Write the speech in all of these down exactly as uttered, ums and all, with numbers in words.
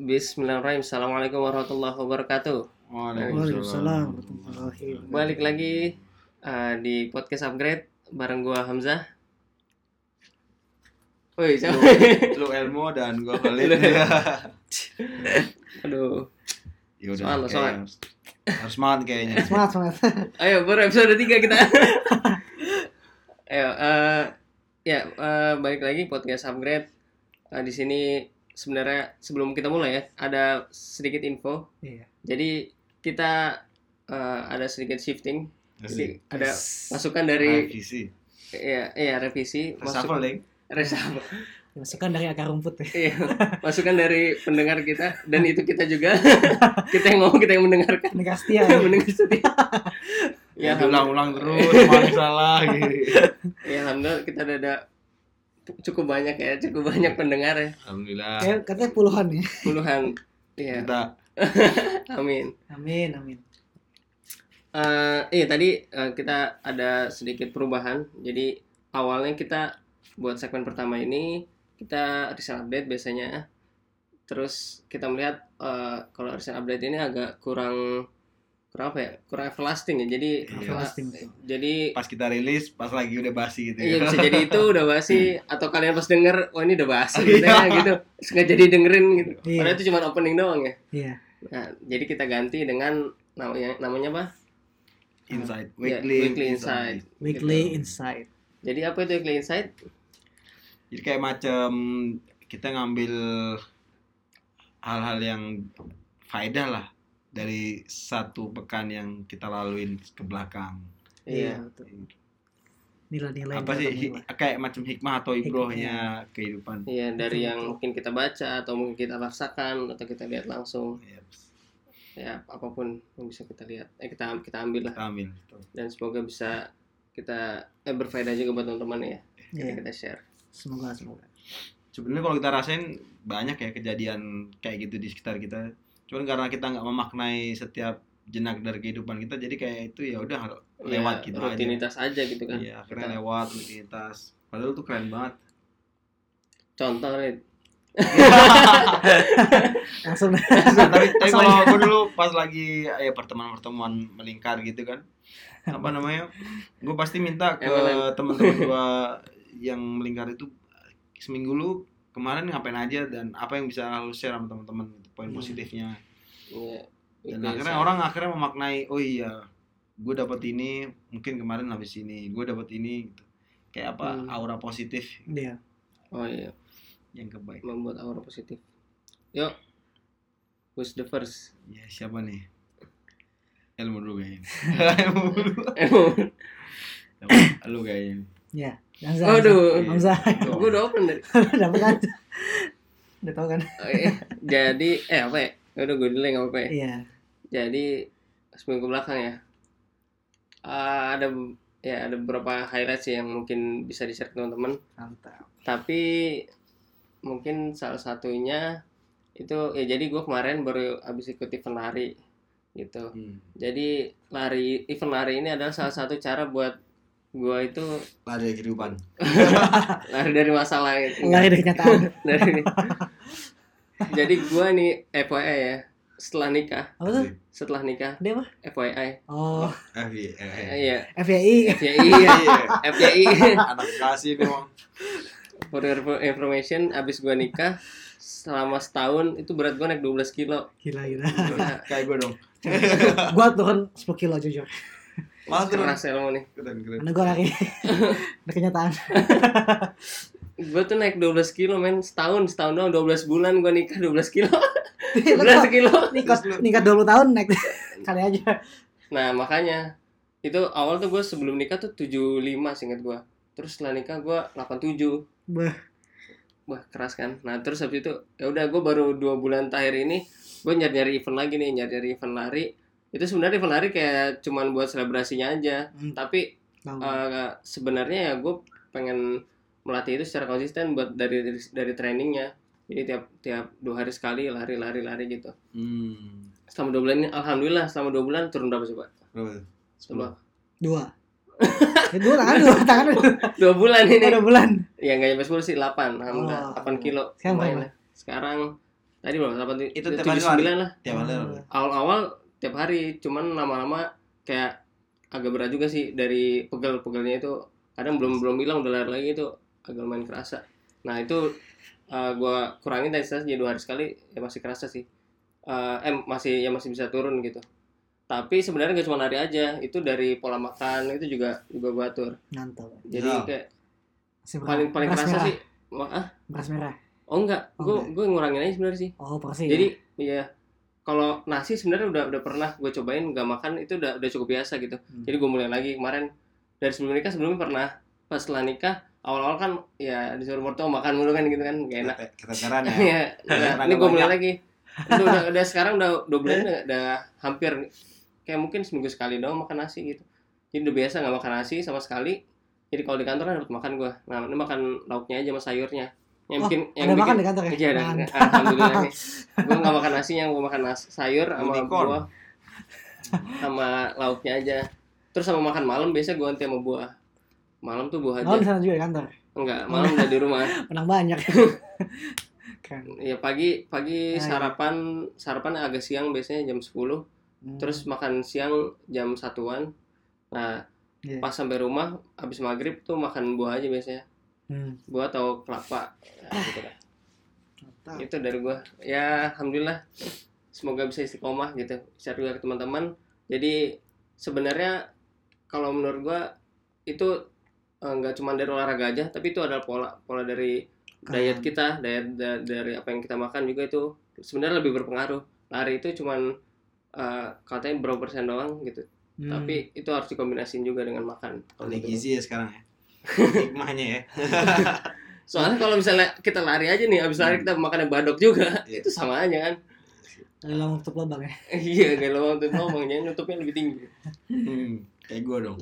Bismillahirrahmanirrahim. Assalamualaikum warahmatullahi wabarakatuh. Waalaikumsalam warahmatullahi wabarakatuh. Balik lagi uh, di podcast Upgrade bareng gua Hamzah. Woi, siapa? Lu, lu Elmo dan gua Khalid. Aduh. Ya udah. Soal, soal. Harus semangat kayaknya. Semangat, semangat. Ayo, baru episode tiga kita. Ayo, uh, ya uh, balik lagi podcast Upgrade. Uh, di sini sebenarnya sebelum kita mulai ya, ada sedikit info. Iya. Jadi kita uh, ada sedikit shifting. Jadi Asik. ada masukan dari Revisi. Iya, iya revisi. Reshuffling. Reshuffle. Masukan dari akar rumput ya. Iya, masukan dari pendengar kita dan itu kita juga. Kita yang ngomong, kita yang mendengarkan. Pendengar setia. Ya. Mendengar setia. Ya, Ya, ulang-ulang terus, mana salah gitu. ya alhamdulillah kita ada, ada cukup banyak ya, cukup banyak pendengar ya. Alhamdulillah. Kayak katanya puluhan ya. Puluhan. Iya. Kita Amin. Amin, amin. Eh, iya tadi eh, kita ada sedikit perubahan. Jadi awalnya kita buat segmen pertama ini kita recent update biasanya. Terus kita melihat eh, kalau recent update ini agak kurang kurang apa ya? Kurang everlasting ya. Jadi Iya. Everlasting. eh, jadi pas kita rilis, pas lagi udah basi gitu iya ya. bisa jadi itu udah basi atau kalian pas denger wah ini udah basi Oh, gitu iya. ya gitu. Terus nggak jadi dengerin gitu. Iya. Padahal itu cuma opening doang ya. Iya. Nah, jadi kita ganti dengan namanya namanya apa? Insight, Ya, weekly, Weekly Insight. Weekly Gitu. Insight. Jadi apa itu Weekly Insight? Jadi kayak macam kita ngambil hal-hal yang faedah lah dari satu pekan yang kita laluin ke belakang. Iya. betul. Nilai-nilai Apa sih hi- nilai-nilai. kayak macam hikmah atau ibrohnya kehidupan. Iya, dari Betul, yang betul. mungkin kita baca atau mungkin kita rasakan atau kita lihat langsung. Yep. Ya, apapun yang bisa kita lihat. Eh kita kita ambil lah Kita ambil gitu. dan semoga bisa kita eh, berfaedah juga buat teman-teman ya. Kita Iya. kita share. Semoga, semoga. Sebenarnya kalau kita rasain banyak ya kejadian kayak gitu di sekitar kita. Cuman karena kita nggak memaknai setiap jenak dari kehidupan kita, jadi kayak itu ya udah lewat Ya, gitu rutinitas aja. gitu aja. kan. Iya, akhirnya Kita- lewat rutinitas. Padahal tuh keren banget. Contoh nih. Langsung. tapi tapi kalau gue dulu pas lagi ya pertemuan-pertemuan melingkar gitu kan, apa namanya, gue pasti minta ke Emang- teman-teman gue yang melingkar itu seminggu lu kemarin ngapain aja dan apa yang bisa lu share sama teman-teman poin Hmm. positifnya. Iya. Dan Weekly akhirnya Insight. orang akhirnya memaknai, oh iya gue dapet ini, mungkin kemarin habis ini gue dapet ini gitu. Kayak apa, Hmm. aura positif Iya. Oh iya, yang kebaik. membuat aura positif. Yuk. Who's the first? Ya siapa nih? Elmo dulu kayaknya. Elmo dulu. Lu kayaknya. Iya. Hamzah. Aduh. Hamzah. Gue udah open dari. Dapat kan? Udah tahu kan? Oh, iya. Jadi eh apa ya? Udah gue dulu nggak apa-apa ya. Iya. Jadi seminggu belakang ya, uh, ada ya ada beberapa highlight sih yang mungkin bisa di-share ke teman-teman. Mantap. Tapi mungkin salah satunya itu ya jadi gue kemarin baru habis ikut event lari gitu. Hmm. Jadi lari event lari ini adalah salah satu cara buat gue itu Lari dari kehidupan. lari dari masalah gitu. Lari dari kenyataan. Dari jadi gue nih F Y I ya setelah nikah Apa tuh? setelah nikah Dia apa? F Y I Oh, F Y I. Eh, iya F Y I. F Y I ya F Y I Anak kasih memang. for your information abis gue nikah selama setahun itu berat gue naik dua belas kilo. Gila, gila. Kayak gue dong. Gua turun sepuluh kilo jujur. Malah turun. Keras ya lo nih. Keren keren. Karena gua lari. Ada kenyataan. Gue tuh naik dua belas kilo men setahun setahun doang dua belas bulan gue nikah dua belas kilo. Iya, dua belas kilo. Nikah nikah dua puluh tahun naik kali aja. Nah makanya itu awal tuh gue sebelum nikah tuh tujuh puluh lima seingat gue. Terus setelah nikah gue delapan puluh tujuh. Bah, Wah keras kan. Nah terus habis itu ya udah gue baru dua bulan terakhir ini gue nyari-nyari event lagi nih, nyari-nyari event lari. Itu sebenarnya event lari kayak cuman buat selebrasinya aja. Hmm. Tapi tahu. eh, sebenarnya ya gue pengen melatih itu secara konsisten buat dari dari, dari trainingnya. Jadi tiap tiap dua hari sekali lari lari lari gitu. Hmm. Selama dua bulan ini alhamdulillah selama dua bulan turun berapa coba? Berapa tuh? Coba. Dua. Ya, dua tangan dua tangan dua. Dua bulan ini. Dua bulan. Ya nggak nyampe sepuluh sih delapan. Alhamdulillah Oh. delapan kilo. Sekarang Lumayan berapa? lah. Sekarang tadi berapa? delapan Itu tiap tujuh hari sembilan lah. Tiap hari. Awal-awal tiap hari, cuman lama-lama kayak agak berat juga sih dari pegel-pegelnya itu. Kadang belum belum bilang udah lari lagi itu agak lumayan kerasa. Nah itu uh, gue kurangin dari jadi dua hari sekali ya masih kerasa sih. Uh, eh masih ya masih bisa turun gitu. Tapi sebenarnya gak cuma lari aja, itu dari pola makan itu juga juga gue atur. Mantap. Jadi Ya. kayak Masih paling paling beras kerasa merah. sih, wah, ah Beras merah. oh enggak, Oh, gue enggak. gue ngurangin aja sebenarnya sih. Oh, porsi. Jadi ya? ya kalau nasi sebenarnya udah udah pernah gue cobain nggak makan itu udah udah cukup biasa gitu. Hmm. Jadi gue mulai lagi kemarin dari sebelum nikah sebelumnya pernah pas setelah nikah awal-awal kan ya disuruh mertua makan mulu kan gitu kan gak enak. Keteteran ya. Iya, nah, ini gue mulai Banyak. lagi. Udah, udah, udah sekarang udah dua bulan udah, udah hampir kayak mungkin seminggu sekali doang makan nasi gitu. Jadi udah biasa nggak makan nasi sama sekali. Jadi kalau di kantor kan dapat makan gue. Nah ini makan lauknya aja sama sayurnya. Yang Oh, bikin yang ada bikin makan di kantor ya? iya, ada. Mantap. Alhamdulillah nih. Gue nggak makan nasinya, gue makan nasi sayur sama Unicorn. buah sama lauknya aja. Terus sama makan malam biasa gue ganti sama buah. Malam tuh buah Oh, di aja. sana juga di kantor. Enggak, malam udah di rumah. Menang banyak. Keren. Ya pagi pagi Ah, iya. sarapan sarapan agak siang biasanya jam sepuluh. Hmm. Terus makan siang jam satuan. Nah, Iya. pas sampai rumah habis maghrib tuh makan buah aja biasanya. Hmm. Buah atau kelapa. Ya, gitu dah. Mantap. Itu dari gua. Ya alhamdulillah. Semoga bisa istiqomah gitu. Share juga ke teman-teman. Jadi sebenarnya kalau menurut gua itu eh, nggak cuma dari olahraga aja, tapi itu adalah pola pola dari diet kita, diet da- dari apa yang kita makan juga itu sebenarnya lebih berpengaruh. Lari itu cuman eh, katanya berapa persen doang gitu. Hmm. Tapi itu harus dikombinasiin juga dengan makan. Kalau Oleh gitu. gizi ya sekarang ya. Hikmahnya ya. Soalnya kalau misalnya kita lari aja nih, abis lari kita makan yang badok juga, Iya. itu sama aja kan. Ada lama tutup lubang ya. Iya, kayak lo waktu ngomong, jadi nutupnya lebih tinggi. Hmm, kayak gue dong.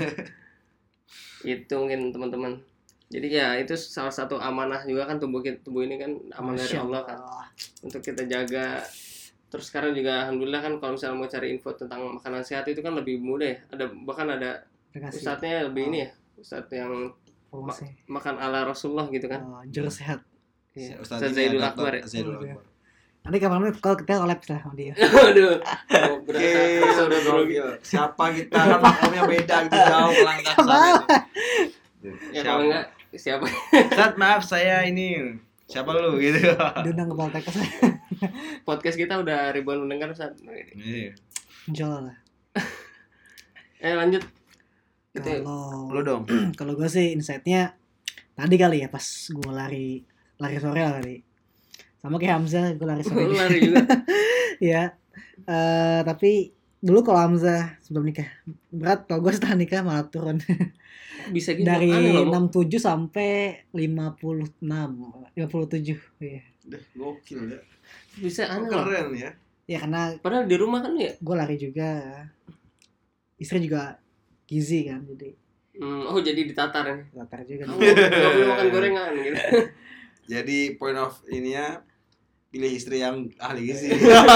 Itu mungkin teman-teman. Jadi ya itu salah satu amanah juga kan tubuh kita, tubuh ini kan amanah dari Masya Allah kan untuk kita jaga. Terus sekarang juga alhamdulillah kan kalau misalnya mau cari info tentang makanan sehat itu kan lebih mudah ya. Ada bahkan ada Terima kasih. ustadznya lebih ini ya, ustadz yang Promosi. makan ala Rasulullah gitu kan. Oh, jurus sehat. Iya. Ustaz Ustadz ini Zaidul ya, Akbar ya. Dokter Zaidul Oh, iya. Akbar. Nanti kapan kalau kita collab lah sama dia. Aduh. Oh, berasa Oke, berasa udah grogi. gokil. Siapa kita kan makamnya beda gitu jauh langkah sana. Ya kalau enggak siapa? Ustaz, maaf saya ini. Siapa lu gitu. Diundang ke Baltekas. Podcast kita udah ribuan pendengar Ustaz. Iya. Jual lah. Eh lanjut. Itu ya. Kalau Lu dong. kalau gue sih insight-nya tadi kali ya pas gue lari lari sore lah tadi. Sama kayak Hamzah gue lari sore. Lu lari juga. Ya. Eh tapi dulu kalau Hamzah sebelum nikah berat, kalau gue setelah nikah malah turun Bisa gitu. dari Aneh loh, Mo. enam puluh tujuh sampai lima puluh enam, lima puluh tujuh. Iya. Udah gokil ya. Bisa aneh loh. Keren ya. Ya karena Padahal di rumah kan ya. gue lari juga, istri juga gizi kan, jadi Hmm, oh jadi ditatar ya. latar juga. Kamu nggak boleh makan gorengan gitu. Jadi point of ininya pilih istri yang ahli gizi.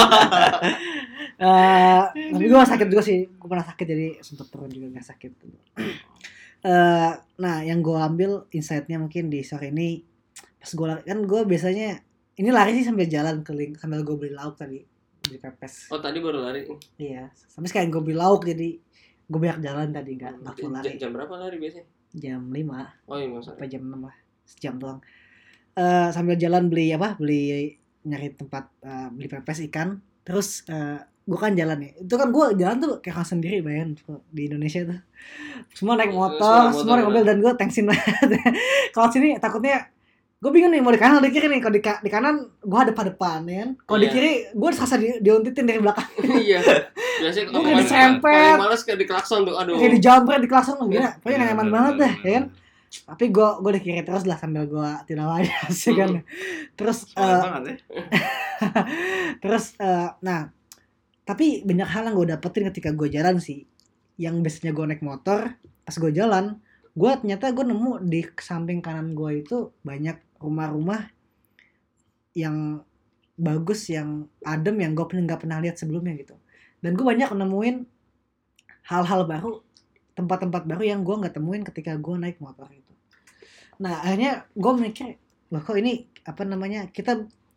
Eh, tapi gue sakit juga sih, gue pernah sakit jadi sempet turun juga nggak sakit. Eh, nah yang gue ambil insight-nya mungkin di sore ini pas gue lari, kan gue biasanya ini lari sih sambil jalan keliling sambil gue beli lauk tadi, beli pepes. Oh tadi baru lari. Iya, sampai sekarang gue beli lauk jadi gue banyak jalan tadi nggak nggak full Jam, lari. jam berapa lari biasanya? Jam lima Oh iya maksudnya. sampai jam enam lah, sejam doang. Eh, sambil jalan beli apa? Beli nyari tempat eh, beli pepes ikan. Terus eh, gue kan jalan ya. Itu kan gue jalan tuh kayak orang sendiri bayang di Indonesia tuh. Semua naik Semua motor, motor, semua naik mobil bener. dan gue tensin banget. Kalau sini takutnya gue bingung nih mau di kanan atau di kiri nih. Kalau di, ka- di kanan gue hadap hadapan ya kan. Kalau di Iya. kiri gue serasa di, diuntitin dari belakang. Iya. Biasanya Gua kalau kayak paling- disempet. paling males kayak di klakson tuh. Aduh. Kayak di jumper di klakson lah gila. Pokoknya nggak nyaman Bener, banget bener, dah bener, ya kan. bener. Tapi gue gue di kiri terus lah sambil gue tilawa aja sih kan. Terus Soalnya eh, banget ya. terus eh, nah tapi banyak hal yang gue dapetin ketika gue jalan sih. Yang biasanya gue naik motor, pas gue jalan, gue ternyata gue nemu di samping kanan gue itu banyak rumah-rumah yang bagus, yang adem, yang gue pernah nggak pernah lihat sebelumnya gitu. Dan gue banyak nemuin hal-hal baru, tempat-tempat baru yang gue nggak temuin ketika gue naik motor itu. Nah akhirnya gue mikir, loh kok ini apa namanya, kita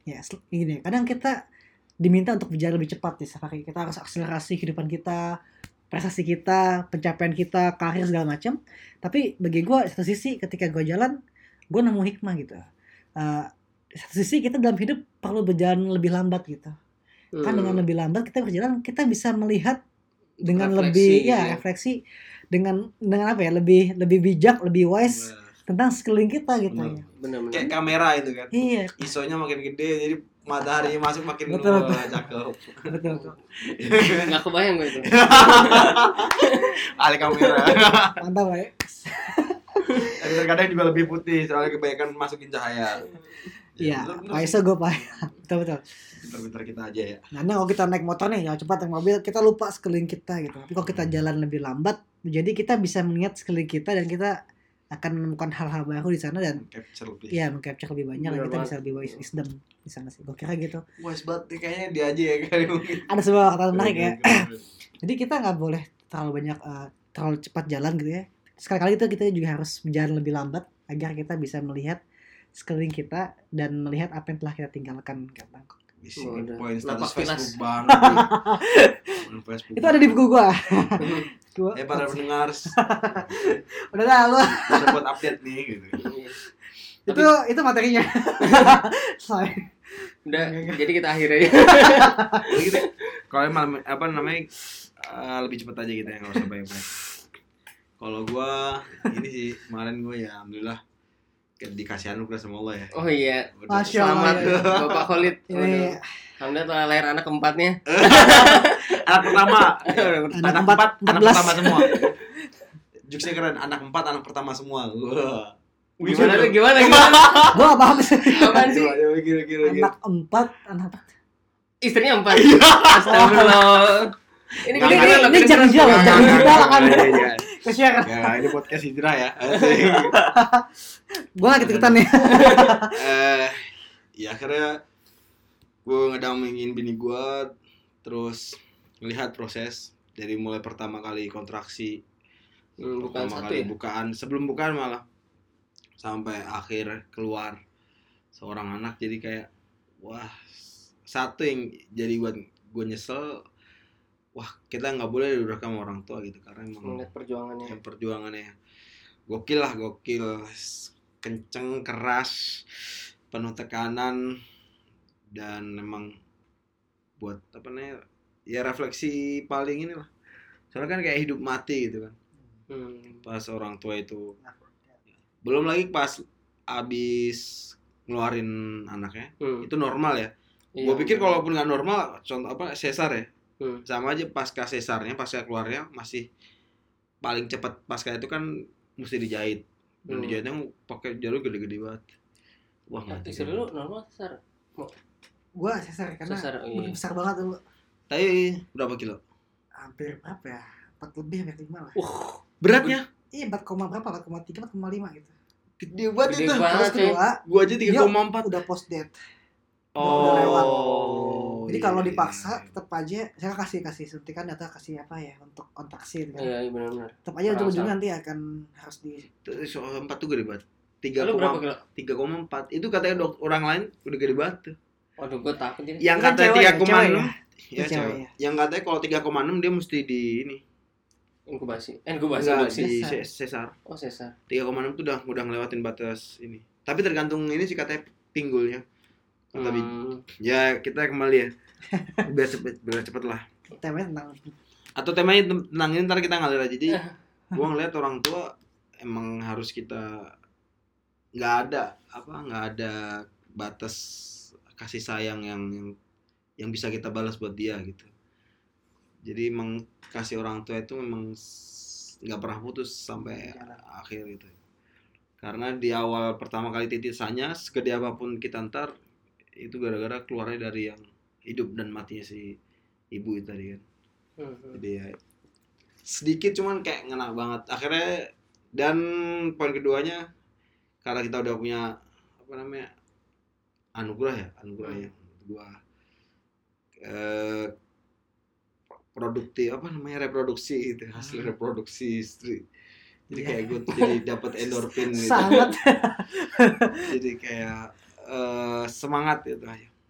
ya sel- gini, kadang kita diminta untuk berjalan lebih cepat nih Safari. Kita harus akselerasi kehidupan kita, prestasi kita, pencapaian kita, karir segala macam. Tapi bagi gue satu sisi ketika gue jalan, gue nemu hikmah gitu. Uh, satu sisi kita dalam hidup perlu berjalan lebih lambat gitu. Kan dengan lebih lambat kita berjalan, kita bisa melihat dengan Refleksi lebih gitu ya ya. refleksi dengan dengan apa ya, lebih lebih bijak, lebih wise tentang sekeliling kita gitu Benar. ya. Benar-benar. Kayak kamera itu kan. Iya, I S O-nya makin gede jadi matahari masuk makin Betul, wah, betul. cakep. betul betul. Nggak kebayang gue itu. Alih kamera. Mantap ya. Tapi terkadang juga lebih putih soalnya kebanyakan masukin cahaya. Iya, bener- bener Pak sih. Iso gue Pak. Betul betul. Pinter-pinter kita aja ya. Nah, ini kalau kita naik motor nih, ya cepat naik mobil, kita lupa sekeliling kita gitu. Tapi kalau kita jalan lebih lambat, jadi kita bisa melihat sekeliling kita dan kita akan menemukan hal-hal baru di sana dan Capture lebih. ya meng-capture lebih banyak dan Bener kita banget. bisa lebih wise wisdom di sana sih. Gue kira gitu. Wise banget nih, kayaknya dia aja ya kali mungkin. Ada sebuah kata menarik ya. Jadi kita nggak boleh terlalu banyak eh, terlalu cepat jalan gitu ya. Sekali-kali itu kita juga harus berjalan lebih lambat agar kita bisa melihat sekeliling kita dan melihat apa yang telah kita tinggalkan. Di sini Waduh. poin Napak status tilas. Facebook banget. Poin Facebook. Itu ada di buku gua. Gua Eh para pendengar, udah dah lu. bisa buat update nih gitu. Itu itu materinya. Sorry. Udah, jadi kita akhirnya. Jadi gitu. Kalau malam apa namanya eh, lebih cepat aja gitu ya, nggak usah banyak-banyak. Kalau gua ini sih kemarin gua ya alhamdulillah kayak dikasih anugerah sama Allah ya. Oh iya. Udah. Masya Allah. Selamat ya. Bapak Khalid. Ini Waduh. Alhamdulillah telah lahir anak keempatnya. Anak pertama. Anak anak empat- empat, empat anak belas. pertama semua. Jokesnya keren, anak empat, anak pertama semua. Wah. Gimana tuh? Gimana gimana? gua apa apa sih? Apaan sih? Gila, gila, gila. Anak empat, anak empat. Istrinya empat. Astagfirullah. Ini Ini- keren loh, ini keren, jangan keren. jual loh, Nggak, jangan nggak, jual nggak, kan. nggak, nggak. Ke-share. Ya, ini podcast hijrah ya. Asik. Gua lagi ikutan nih. eh ya akhirnya gue ngedampingin bini gue, terus melihat proses dari mulai pertama kali kontraksi, Hmm, bukan pertama satu kali ya? bukaan, sebelum bukaan malah sampai akhir keluar seorang anak. Jadi kayak wah, satu yang jadi buat gue nyesel, wah kita nggak boleh didurhaka sama orang tua gitu, karena emang Melihat perjuangannya. yang perjuangannya gokil lah, gokil, kenceng, keras, penuh tekanan, dan memang buat apa namanya ya refleksi paling ini lah, soalnya kan kayak hidup mati gitu kan Hmm. pas orang tua itu, belum lagi pas abis ngeluarin anaknya Hmm. itu normal ya. Iya, Gue pikir bener. kalaupun nggak normal, contoh apa sesar ya, Hmm. sama aja pasca sesarnya, pasca keluarnya masih paling cepat pasca itu kan mesti dijahit, dan Hmm. dijahitnya pakai jarum gede-gede banget. Wah Ya, mati. istri lu normal besar. Gua sesar karena Sesar, oh iya. besar banget tuh. Tapi berapa kilo? Hampir berapa ya? empat lebih hampir lima lah. Uh, Beratnya? Iya, empat koma berapa? empat koma tiga, empat koma lima gitu. Gede banget Gede itu. banget. Terus cuy. kedua, Gua aja tiga koma empat. udah post date. Oh. udah lewat. Jadi iya, kalau iya, dipaksa iya. tetap aja saya kasih kasih suntikan atau kasih apa ya untuk kontraksi gitu kan. iya, iya benar-benar. Tetap aja ujung-ujungnya nanti akan harus di Tuh, soal empat tuh gede banget. tiga Lu berapa kilo? tiga koma empat. Itu katanya dok orang lain udah gede banget tuh. Waduh, gua takut ini. Yang Itu kan katanya cewek tiga ya, koma cewek enam. ya? Ya, Itu cewek cewek. ya? Yang katanya kalau tiga koma enam dia mesti di ini. Inkubasi. Eh, inkubasi Enggak, inkubasi. di Sesar. ses- sesar. Oh, sesar. tiga koma enam tuh udah udah ngelewatin batas ini. Tapi tergantung ini sih katanya pinggulnya. Kata Bi- Hmm. Ya kita kembali ya. Biar cepet, biar cepet lah. temanya tentang Atau temanya tentang ini ntar kita ngalir aja. Jadi gua ngeliat orang tua emang harus kita nggak ada apa nggak ada batas kasih sayang yang yang yang bisa kita balas buat dia gitu. Jadi emang kasih orang tua itu memang s- nggak pernah putus sampai akhir gitu. Karena di awal pertama kali titisannya segede apapun kita ntar itu gara-gara keluarnya dari yang hidup dan matinya si ibu itu tadi kan. Hmm. Jadi ya sedikit cuman kayak ngena banget akhirnya. Dan poin keduanya, karena kita udah punya apa namanya anugerah ya anugerah Hmm. yang menurut gua eh, produktif apa namanya reproduksi itu hasil reproduksi istri. Jadi Iya. kayak gue jadi dapat endorfin gitu. sangat Jadi kayak eh, semangat gitu aja.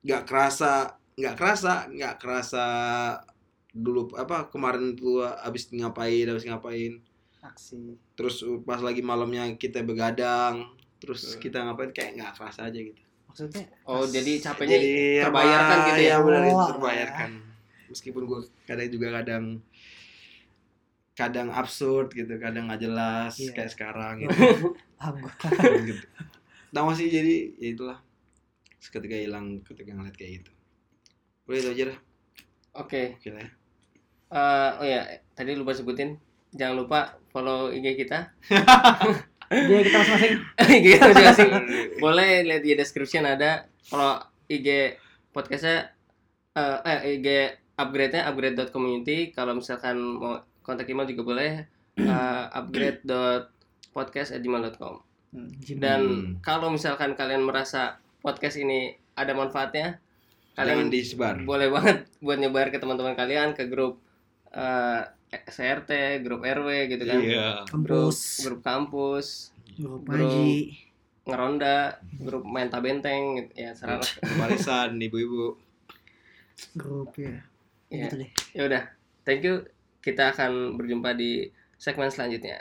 nggak kerasa nggak kerasa nggak kerasa dulu apa kemarin tuh abis ngapain abis ngapain Aksi. terus pas lagi malamnya kita begadang terus Hmm. kita ngapain kayak nggak kerasa aja gitu. Maksudnya Oh, jadi capeknya Jadi terbayarkan apa, gitu ya. ya benar itu Oh, terbayarkan meskipun gue kadang juga kadang kadang absurd gitu kadang nggak jelas Iya. kayak sekarang gitu. paham gua. gitu. Nah masih jadi ya itulah seketika hilang ketika ngeliat kayak gitu. Udah itu aja dah. Oke. Oke lah ya. Eh, oh ya, tadi lupa sebutin. Jangan lupa follow I G kita. Dia kita masing-masing. I G kita masing-masing. Boleh lihat di description ada. Kalau I G podcastnya eh, eh I G upgrade-nya upgrade dot community. Kalau misalkan mau kontak email juga boleh eh, upgrade dot podcast at gmail dot com. Hmm, Jim. Dan Hmm. kalau misalkan kalian merasa podcast ini ada manfaatnya, Jangan kalian disebar. boleh banget buat nyebar ke teman-teman kalian, ke grup eh, S R T, grup R W gitu kan. Iya. Grup, Kampus, grup kampus, grup grup- Maji. ngeronda, grup main tabenteng gitu. Ya, serah lah. Barisan ibu-ibu. grup ya. Iya. Gitu deh. Ya udah, thank you. Kita akan berjumpa di segmen selanjutnya.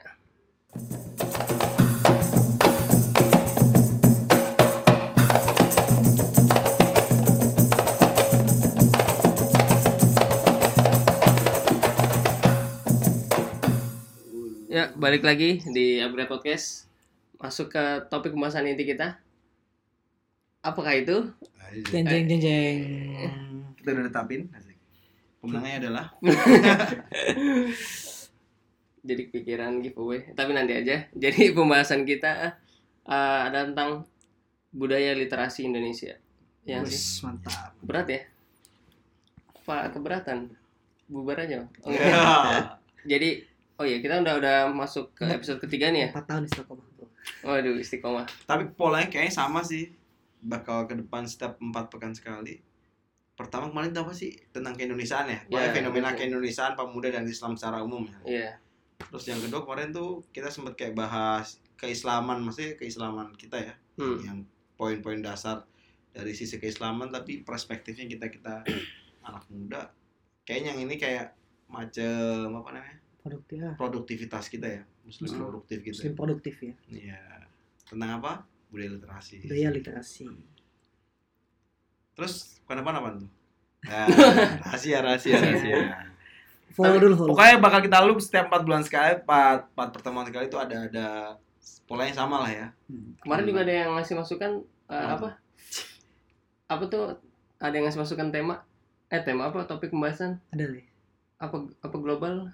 Ya, balik lagi di Upgrade Podcast. Masuk ke topik pembahasan inti kita. Apakah itu? Jeng jeng jeng jeng. Kita udah tetapin. Asik. Pemenangnya adalah Jadi pikiran giveaway, tapi nanti aja. Jadi pembahasan kita eh, ada tentang budaya literasi Indonesia. Yang sih Wis, mantap. berat ya? Apa keberatan? Bubar aja. Bang. Oh, Ya. enggak. Jadi oh iya kita udah udah masuk ke episode ketiga nih ya. Empat tahun istiqomah tuh. Waduh istiqomah. Tapi polanya kayaknya sama sih. Bakal ke depan setiap empat pekan sekali. Pertama kemarin tuh apa sih tentang keindonesiaan ya? Pokoknya Ya, fenomena betul. keindonesiaan pemuda dan Islam secara umum ya. Iya. Terus yang kedua kemarin tuh kita sempat kayak bahas keislaman, maksudnya keislaman kita ya. Hmm. Yang poin-poin dasar dari sisi keislaman tapi perspektifnya kita kita anak muda. Kayaknya yang ini kayak macam apa namanya? Produktif ya. Produktivitas kita ya. Muslim Hmm. produktif gitu. Muslim produktif ya. Iya. Tentang apa? Budaya literasi. Budaya literasi. Terus bukan apa apa tuh? Nah, rahasia, rahasia, rahasia. Follow Tapi dulu follow. Pokoknya bakal kita loop setiap empat bulan sekali, empat empat pertemuan sekali itu ada ada polanya sama lah ya. Hmm. Kemarin juga ada yang ngasih masukan eh, Apa? apa? Apa tuh? Ada yang ngasih masukan tema? Eh tema apa? Topik pembahasan? Ada nih. Apa apa global?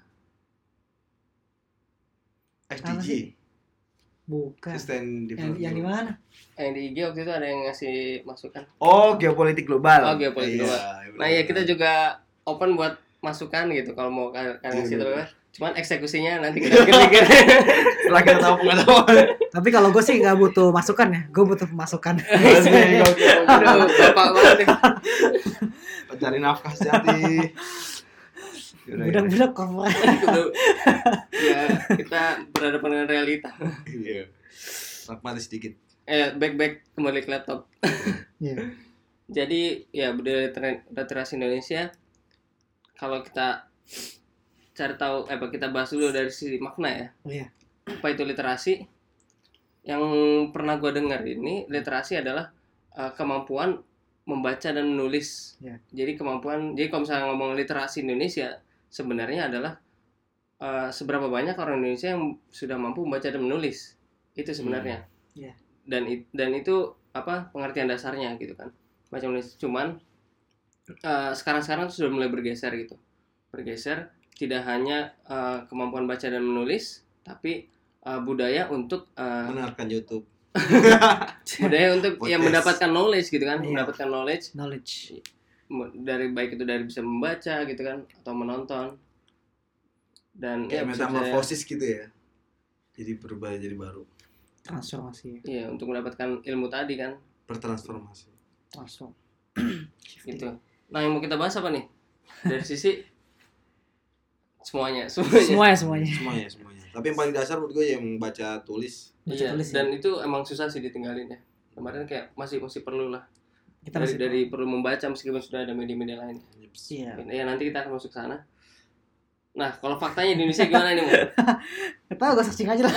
S D Apa G, sih? Bukan. Sustain Yang, Development. yang di mana? Yang di I G waktu itu ada yang ngasih masukan. Oh, geopolitik global. Oh, geopolitik Iya, global. iya, Nah ya benar. kita juga open buat masukan gitu kalau mau kalian kalian Iya, ngasih betul. tahu. Cuman eksekusinya nanti kita pikir-pikir. Setelah kita tahu pengetahuan. Tapi kalau gue sih nggak butuh masukan ya. Gue butuh pemasukan. Asik, oke. Aduh, bapak banget nih. Pencari nafkah sejati. Yaudah, yaudah. Budak-budak korporat. Gitu. Ya kita berhadapan dengan realita. Iya. Pragmatis sedikit. Eh back back kembali ke laptop. Iya. Jadi ya budaya liter- literasi Indonesia kalau kita cari tahu eh apa kita bahas dulu dari sisi makna ya. Oh iya. Apa itu literasi? Yang pernah gue dengar ini literasi adalah uh, kemampuan membaca dan menulis. Ya. Jadi kemampuan jadi kalau misalnya ngomong literasi Indonesia sebenarnya adalah uh, seberapa banyak orang Indonesia yang sudah mampu membaca dan menulis. Itu sebenarnya. Ya. Dan it- dan itu apa pengertian dasarnya gitu kan. Baca menulis cuman uh, sekarang-sekarang sudah mulai bergeser gitu. Bergeser tidak hanya uh, kemampuan baca dan menulis tapi uh, budaya untuk uh, Mendengarkan YouTube. budaya untuk yang Podcast. mendapatkan knowledge gitu kan, Iya. mendapatkan knowledge Knowledge. m- dari baik itu dari bisa membaca gitu kan atau menonton dan Kayak ya bisa- metamorfosis gitu ya. Jadi berubah jadi baru. Transformasi. iya untuk mendapatkan ilmu tadi kan Bertransformasi. Transform. gitu. Nah yang mau kita bahas apa nih dari sisi semuanya semuanya, Semuanya semuanya. Semuanya, semuanya. Tapi yang paling dasar menurut gue yang baca tulis. Baca Iya, tulis ya. dan itu emang susah sih ditinggalin ya kemarin kayak masih masih perlu lah Kita dari masih dari perlu membaca meskipun sudah ada media-media lain. Iya. Ya nanti kita akan masuk ke sana. Nah, kalau faktanya di Indonesia gimana nih, Mo? Gak tau, gue searching aja lah.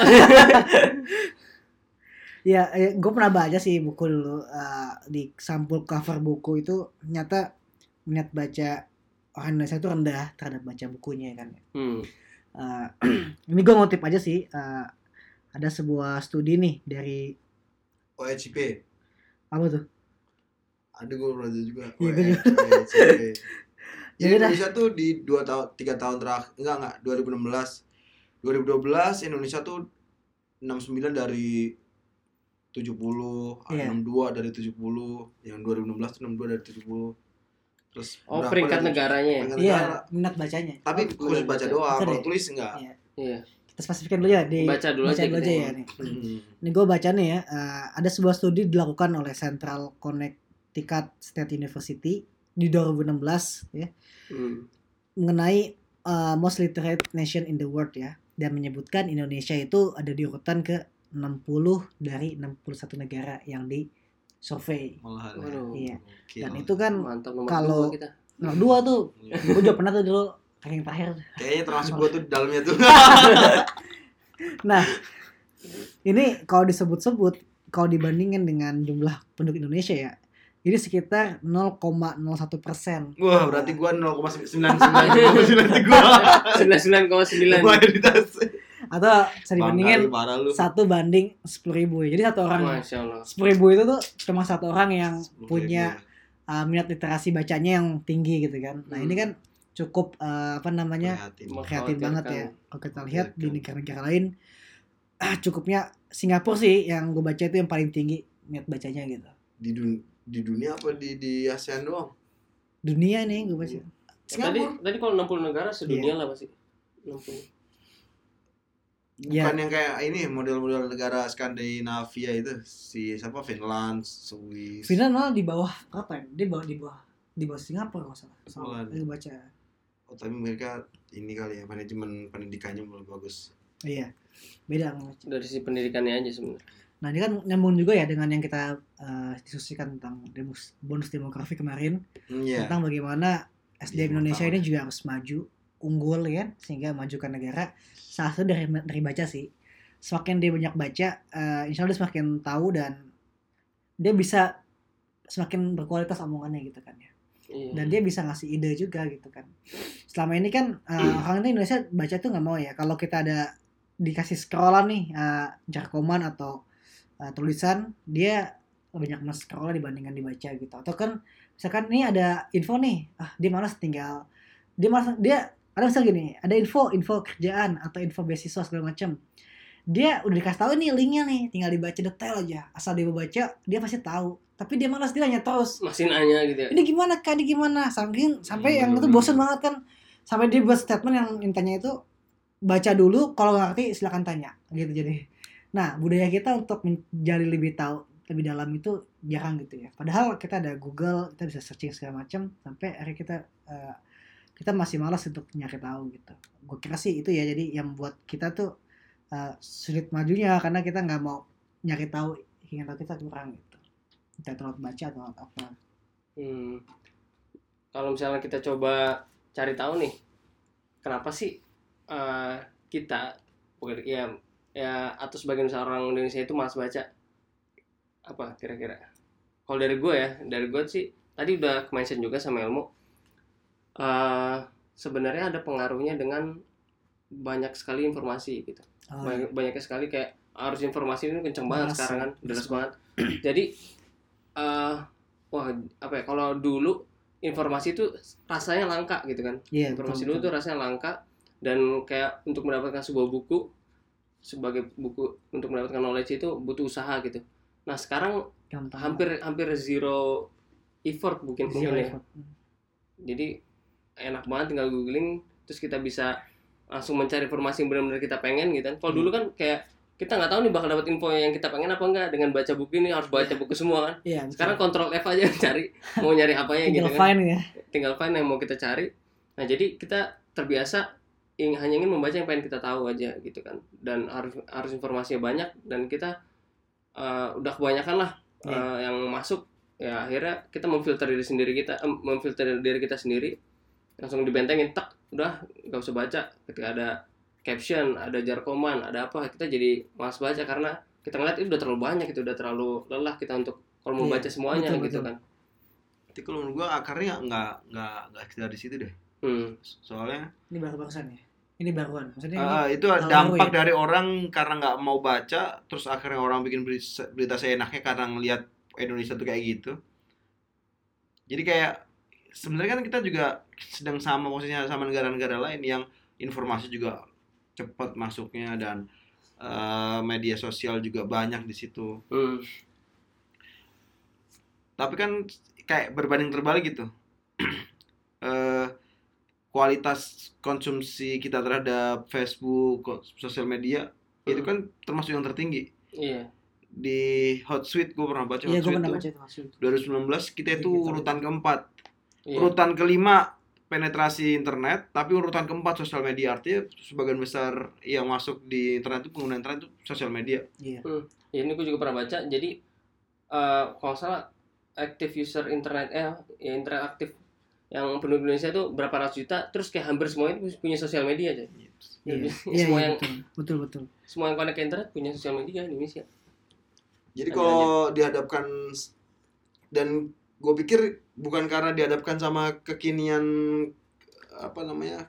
Ya, eh, gue pernah baca sih buku dulu, uh, di sampul cover buku itu ternyata minat baca orang Indonesia itu rendah terhadap baca bukunya kan. Hmm. Uh, ini gue ngutip aja sih, uh, ada sebuah studi nih dari O E C P. apa tuh? Ada gue belajar juga. Iya, gue juga. O E C P. Ya Jadi udah. Indonesia tuh di dua tahun tiga tahun terakhir enggak enggak dua ribu enam belas dua ribu dua belas Indonesia tuh enam puluh sembilan dari tujuh puluh, Iya. enam puluh dua dari tujuh puluh, yang dua ribu enam belas tuh enam puluh dua dari tujuh puluh. Terus Oh, berapa peringkat dari- negaranya ya? peringkat Iya, negara. minat bacanya. Tapi Oh, khusus minat baca baca. doang, Baca kalau deh. tulis enggak. Iya. Iya. Kita spesifikan dulu ya di Baca dulu aja bacain kita. ya nih. Hmm. Ini gue baca nih ya, uh, ada sebuah studi dilakukan oleh Central Connecticut State University di dua ribu enam belas ya, Hmm. mengenai uh, most literate nation in the world ya, dan menyebutkan Indonesia itu ada di urutan ke enam puluh dari enam puluh satu negara yang di survei. Malahan. ya. Waduh. Iya. Oke, Dan lah. itu kan Mantap nomor kalau- dua kita. nomor dua tuh, Iya. gue juga pernah tuh dulu ranking terakhir. Kayaknya termasuk gua tuh di dalamnya tuh. Nah, ini kalau disebut-sebut, kalau dibandingin dengan jumlah penduduk Indonesia ya, ini sekitar nol koma nol satu persen. Wah, berarti gua nol koma sembilan sembilan sembilan gua. sembilan puluh sembilan koma sembilan. Mayoritas. Atau bisa dibandingin Bangga, parah lu. satu banding sepuluh ribu. Jadi satu orang, Masya Allah. sepuluh ribu itu tuh cuma satu orang yang sepuluh punya ribu. uh, minat literasi bacanya yang tinggi gitu kan. Nah Hmm. ini kan cukup uh, apa namanya, Prihatin. kreatif banget ya. Kalau kita lihat di Mengkhawatirkan. negara-negara lain, ah, cukupnya Singapura sih yang gue baca itu yang paling tinggi minat bacanya gitu. Di dun- di dunia apa di di ASEAN doang? Dunia nih gue baca. Tadi Singapura. tadi kalau enam puluh negara sedunia Iya. lah pasti. enam puluh. Bukan yang kayak ini model-model negara Skandinavia itu si siapa Finland, Swiss. Finland malah di bawah apa ya? Dia bawah di bawah di bawah Singapura kalau nggak salah. Salah. Finland. Gue baca. Oh, tapi mereka ini kali ya manajemen pendidikannya mulai bagus. Iya. Beda sama baca. Dari sisi pendidikannya aja sebenarnya. Nah ini kan nyambung juga ya dengan yang kita uh, diskusikan tentang demos, bonus demografi kemarin, Hmm, iya. tentang bagaimana S D M Iya, Indonesia pertama. ini juga harus maju, unggul ya, sehingga majukan negara. Salah satu dari dari baca sih. Semakin dia banyak baca, uh, insya Allah dia semakin tahu dan dia bisa semakin berkualitas omongannya gitu kan ya. Iya. Dan dia bisa ngasih ide juga gitu kan. Selama ini kan uh, orang itu Indonesia baca tuh nggak mau ya. Kalau kita ada dikasih scrollan nih, uh, jarkoman atau uh, tulisan, dia banyak mas scroll dibandingkan dibaca gitu. Atau kan misalkan nih ada info nih, ah dia malas tinggal, dia malas dia ada misal gini, ada info info kerjaan atau info beasiswa segala macam. Dia udah dikasih tahu nih linknya nih, tinggal dibaca detail aja. Asal dia mau baca, dia pasti tahu. Tapi dia malas, dia nanya terus. Masih nanya gitu ya. Ini gimana kak, ini gimana? Saking sampai Hmm, yang itu bener-bener. bosan banget kan. Sampai dia buat statement yang intinya itu baca dulu, kalau nggak ngerti silakan tanya gitu. Jadi nah budaya kita untuk menjadi lebih tahu lebih dalam itu jarang gitu ya. Padahal kita ada Google, kita bisa searching segala macam, sampai akhirnya kita uh, kita masih malas untuk nyari tahu gitu. Gue kira sih itu ya, jadi yang buat kita tuh uh, sulit majunya karena kita nggak mau nyari tahu, ingin tahu kita kurang gitu. Kita terlalu baca atau apa. Hmm. Kalau misalnya kita coba cari tahu nih, kenapa sih uh, kita, bukan ya, ya atau sebagian besar orang Indonesia itu malas baca? Apa kira-kira? Kalau dari gue ya, dari gue sih tadi udah mention juga sama Elmo. Uh, sebenarnya ada pengaruhnya dengan banyak sekali informasi gitu. Oh, Banyak, banyaknya sekali kayak arus informasi ini kenceng banget Deras, sekarang kan, deras deras banget. Jadi uh, wah apa ya, kalau dulu informasi itu rasanya langka gitu kan. Iya, Informasi betul, dulu betul. tuh rasanya langka, dan kayak untuk mendapatkan sebuah buku sebagai buku untuk mendapatkan knowledge itu butuh usaha gitu. Nah, sekarang Gampang. hampir hampir zero effort mungkin Zero mungkin ya. effort. Jadi enak banget tinggal googling terus kita bisa langsung mencari informasi yang benar-benar kita pengen gitu kan. Kalau Hmm. dulu kan kayak kita nggak tahu nih bakal dapat info yang kita pengen apa enggak, dengan baca buku ini harus baca Iya. buku semua kan. Iya, Sekarang kontrol F aja cari mau nyari apanya tinggal gitu kan. find ya. Tinggal find yang mau kita cari. Nah, jadi kita terbiasa ing, hanya ingin membaca yang pengen kita tahu aja gitu kan. Dan harus harus informasinya banyak dan kita uh, udah kebanyakan lah Iya. uh, yang masuk ya akhirnya kita memfilter diri sendiri kita eh, memfilter diri kita sendiri, langsung dibentengin, tak udah nggak usah baca. Ketika ada caption, ada jarkoman, ada apa, kita jadi malas baca karena kita ngeliat itu udah terlalu banyak, itu udah terlalu lelah kita untuk kalau mau Iya, baca semuanya betul, gitu betul. kan. Tapi kalau menurut gua akarnya nggak nggak nggak dari situ deh. Hmm. Soalnya Ini baru-barusan ya. Ini baruan. Maksudnya ah, ini itu hal dampak baru ya? dari orang karena nggak mau baca, terus akhirnya orang bikin berita, berita seenaknya karena ngelihat Indonesia tuh kayak gitu. Jadi kayak sebenarnya kan kita juga sedang sama posisinya sama negara-negara lain yang informasi juga cepat masuknya dan eh, media sosial juga banyak di situ. Hmm. Tapi kan kayak berbanding terbalik gitu. Eh, kualitas konsumsi kita terhadap Facebook, ko- sosial media itu Hmm. kan termasuk yang tertinggi. Iya. Di Hotsuite gue pernah baca Iya, gue Hotsuite pernah tuh baca itu maksud. dua ribu sembilan belas kita itu Iya, gitu. urutan keempat. Iya. Urutan kelima penetrasi internet, tapi urutan keempat sosial media. Artinya sebagian besar yang masuk di internet itu pengguna internet itu sosial media. Iya. Ya, ini gue juga pernah baca. Jadi eh kalau nggak salah active user internet eh ya internet aktif yang penduduk Indonesia itu berapa ratus juta, terus kayak hampir semua itu punya sosial media aja. Iya, Jadi, iya, semua iya, yang betul. Betul, betul. semua yang connect ke internet punya sosial media di Indonesia. Jadi Ada kalau dihadapkan dan gue pikir bukan karena dihadapkan sama kekinian apa namanya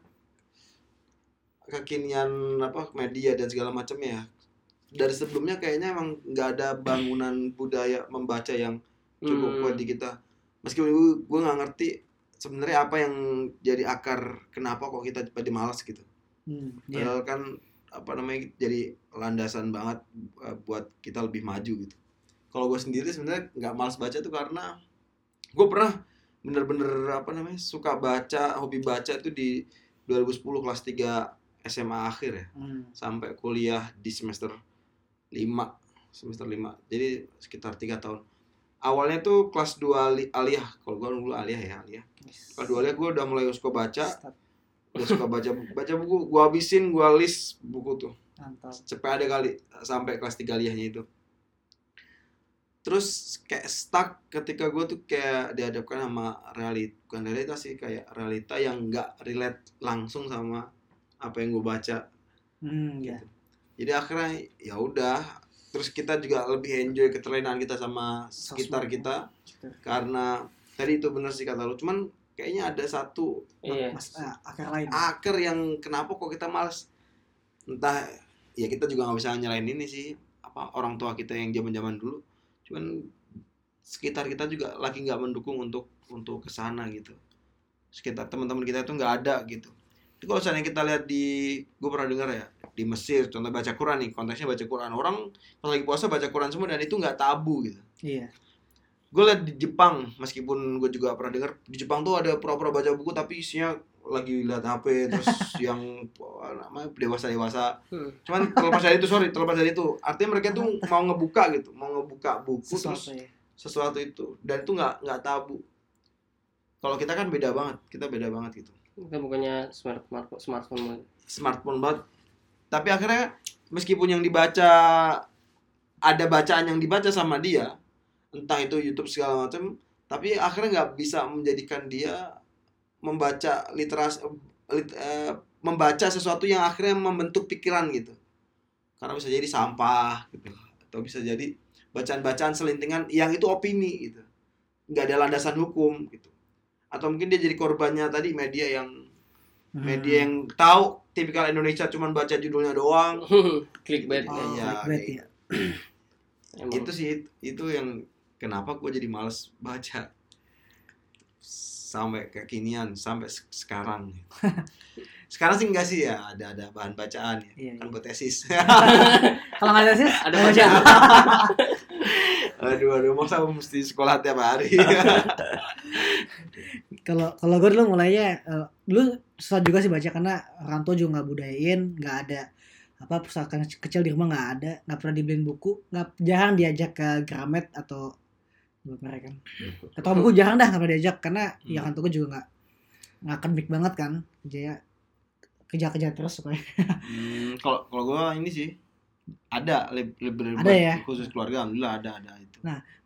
kekinian apa media dan segala macamnya ya. Dari sebelumnya kayaknya emang nggak ada bangunan budaya membaca yang cukup Hmm. kuat di kita. Meskipun gue gue nggak ngerti sebenarnya apa yang jadi akar kenapa kok kita pada malas gitu. Hmm, iya. Padahal kan apa namanya jadi landasan banget uh, buat kita lebih maju gitu. Kalau gue sendiri sebenarnya nggak malas baca tuh karena gue pernah bener-bener apa namanya suka baca, hobi baca itu di dua ribu sepuluh kelas tiga S M A akhir ya, Hmm. sampai kuliah di semester lima semester lima, jadi sekitar tiga tahun. Awalnya tuh kelas dua ali- aliyah, kalau gue dulu aliyah ya aliyah. Kelas dua aliyah gue udah mulai suka baca, Start. udah suka baca buku, baca buku, gue habisin, gue list buku tuh. Mantap. Sampai ada kali sampai kelas tiga aliyahnya itu. Terus kayak stuck ketika gue tuh kayak dihadapkan sama realita, bukan realita sih, kayak realita yang nggak relate langsung sama apa yang gue baca. Hmm, ya. Jadi akhirnya ya udah, terus kita juga lebih enjoy keterlainan kita sama sekitar Sosmed. kita karena tadi itu benar sih kata lu, cuman kayaknya ada satu Iya. Mas, ah, akar lain. akar yang kenapa kok kita malas. Entah ya, kita juga nggak bisa nyalain ini sih apa orang tua kita yang zaman-zaman dulu, cuman sekitar kita juga lagi nggak mendukung untuk untuk kesana gitu. Sekitar teman-teman kita itu nggak ada gitu. Itu kalau misalnya kita lihat di, gue pernah dengar ya, di Mesir contoh baca Quran nih, konteksnya baca Quran, orang pas lagi puasa baca Quran semua dan itu nggak tabu gitu. Iya. Gue lihat di Jepang, meskipun gue juga pernah dengar di Jepang tuh ada pura-pura baca buku tapi isinya lagi lihat H P terus yang namanya dewasa-dewasa. Hmm. Cuman terlepas dari itu, sorry, terlepas dari itu, artinya mereka tuh mau ngebuka gitu, mau ngebuka buku terus Sesuatu ya. sesuatu itu, dan itu nggak nggak tabu. Kalau kita kan beda banget, kita beda banget gitu, Kita bukannya smart smartphone smartphone. smartphone banget. Tapi akhirnya meskipun yang dibaca ada bacaan yang dibaca sama dia, entah itu YouTube segala macam, tapi akhirnya nggak bisa menjadikan dia membaca literasi, lit- eh, membaca sesuatu yang akhirnya membentuk pikiran gitu. Karena bisa jadi sampah gitu, atau bisa jadi bacaan-bacaan selintingan yang itu opini gitu, nggak ada landasan hukum gitu. Atau mungkin dia jadi korbannya tadi media yang Hmm. media yang tahu tipikal Indonesia cuman baca judulnya doang. Clickbait. Oh, Iya, clickbait kayak ya. Emang. Itu sih, itu yang kenapa gue jadi males baca sampai kekinian, sampai se- sekarang. Sekarang sih enggak sih ya, ada ada bahan bacaan ya, Iya, kan iya. buat tesis. Kalau nggak ada sih, Ada baca. bacaan. Aduh aduh, masa mesti sekolah tiap hari. Kalau kalau gue dulu mulainya eh, dulu susah juga sih baca karena orang tua juga nggak budayain, nggak ada apa pustakaan kecil di rumah, nggak ada, nggak pernah dibeliin buku, nggak jarang diajak ke Gramet atau buat mereka kan. Atau buku jarang dah nggak pernah diajak karena Hmm. ya kan tuh juga nggak nggak akademik banget kan, kerja kerja-kerja terus supaya Hmm, kalau kalau gue ini sih ada lib- library Ada buat ya? khusus keluarga, alhamdulillah ada ada itu.